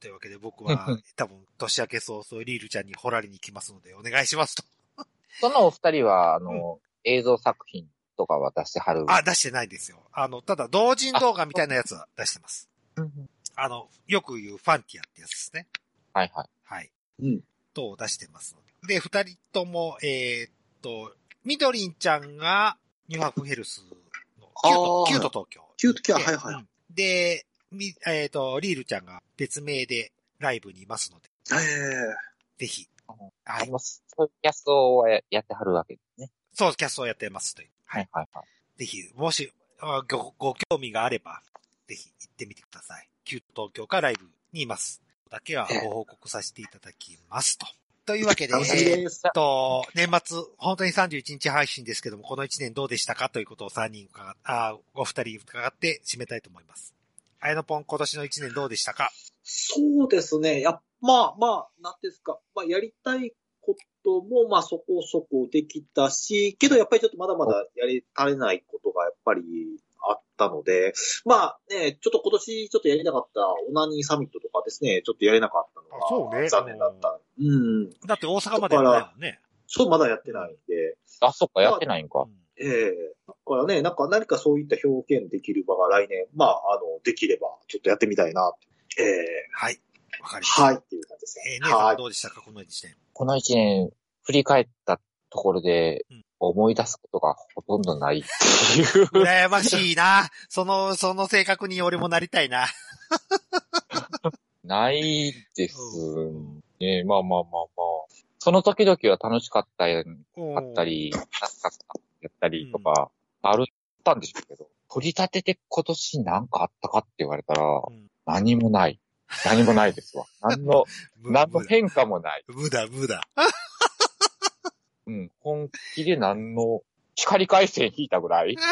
というわけで僕は多分年明け早々リールちゃんに掘られに行きますのでお願いしますと。 そのお二人は、あの、うん、映像作品とかは出してはる？ あ、出してないですよ。あの、ただ同人動画みたいなやつは出してます。あの、よく言うファンティアってやつですね。 はいはい。 はい。 うん。 と出してますので。で、二人とも、えー、っと、みどりんちゃんがニューハーフヘルスのキュート、キュート東京。 キュートキュート、はいはい。 で、み、えー、っと、リールちゃんが別名でライブにいますので。 ええー。ぜひ。 はい。そういうキャストをやってはるわけですね。 そう、キャストをやってますという。 はいはいはい。 ぜひ、もしご、ご興味があれば、ぜひ行ってみてください。キュート東京からライブにいます。だけはご報告させていただきますと。というわけで、えー、っと、年末、本当にさんじゅういちにち配信ですけども、このいちねんどうでしたかということをさんにん伺っ、あ、お二人伺って締めたいと思います。あやのぽん、今年のいちねんどうでしたか？ そうですね。や、まあまあ、なんですか。まあ、やりたいことも、まあそこそこできたし、けどやっぱりちょっとまだまだやり足れないことがやっぱりあったので、まあね、ちょっと今年ちょっとやりたかったオナニーサミットとかですね、ちょっとやれなかったのが残念だった。うね、うん。 だって大阪までやってないもんね。 そう、まだやってないんで。 あ、そっか、やってないんか。 ええー。だからね、なんか何かそういった表現できる場が来年、まあ、あの、できればちょっとやってみたいな。ええー。 はい。わかりました。 はい、っていう感じですね。 えー、姉さんはどうでしたか、このいちねん。 このいちねん、振り返ったところで、思い出すことがほとんどないっていう。 羨ましいな。その、その性格に俺もなりたいな。 ないですね。まあまあまあまあ。その時々は楽しかったや、あったり、楽しかったやったりとか、あるったんでしょうけど、取り立てて今年なんかあったかって言われたら、うん、何もない。何もないですわ。何の、何の変化もない。 無だ、無だ。 うん、本気で何の、光回線引いたぐらい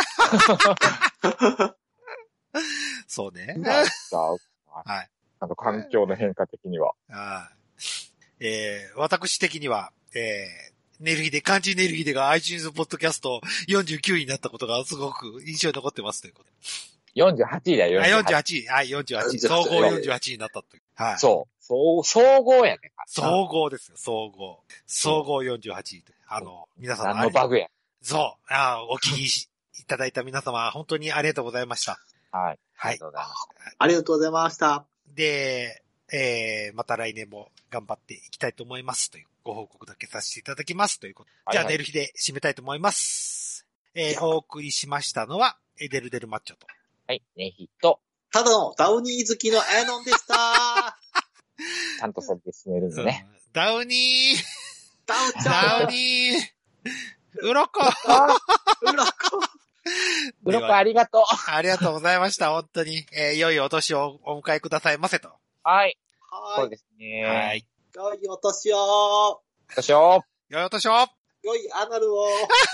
そうね。 なんか、はい。あの、環境の変化的には。 ああえー、私的には、えー、ネルヒデ、漢字ネルヒデが iTunes ポッドキャストよんじゅうきゅういになったことがすごく印象に残ってますということで。 よんじゅうはちいだよ、 よんじゅうはちい。はい、よんじゅうはちい。総合よんじゅうはちいになったという。はい。 そう。そう、総合やね。 総合ですよ、総合。総合よんじゅうはちい。あの、皆様。 何のバグや。 そう。あお聞きいただいた皆様、本当にありがとうございました。 はい。 はい。 ありがとうございました。ありがとうございました。 で、えー、また来年も頑張っていきたいと思いますというご報告だけさせていただきますということ。はいはい、じゃあ、ネルヒで締めたいと思います。えー、お送りしましたのは、エデルデルマッチョと。 はい、ネヒと。 ただのダウニー好きのアヤノンでした。 ちゃんとそれで締めるんですね。 ダウニー。 ダウちゃん。 ダウニー。うろこ。 うろこ。 うろこありがとう。 ありがとうございました。本当に。えー、良いお年をお迎えくださいませと。 はい。 はい。 そうですね。 はい。 良いお年を。 年を。 良いお年を。 良いアナルを。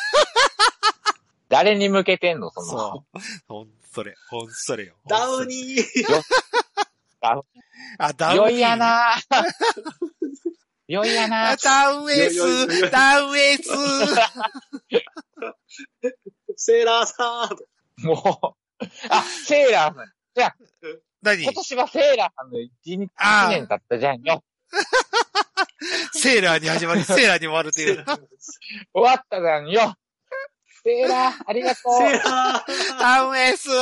誰に向けてんのその。 そう。ほんそれ、ほんそれよ。 ダウニー。 ダウあ、ダウニー。 よいやなよいやなダウンエース。ダウンエース。 セーラーさん。 もう。あ、セーラーさん。じゃあ、 何今年はセーラーさんの一日、一年経ったじゃんよ。 セーラーに始まり、セーラーに終わるっていう。 終わったじゃんよ。セーラー、ありがとう。 セーラー。ダウンエース。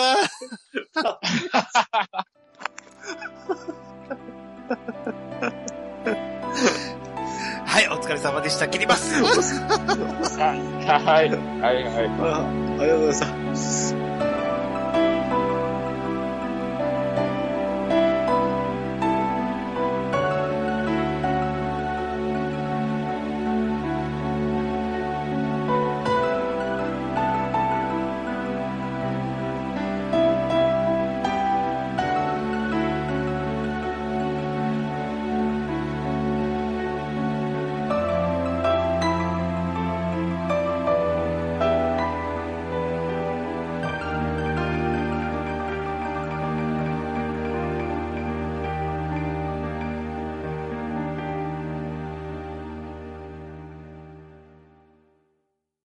はい、お疲れ様でした。切ります。 はい、はい、はい。 ありがとうございました。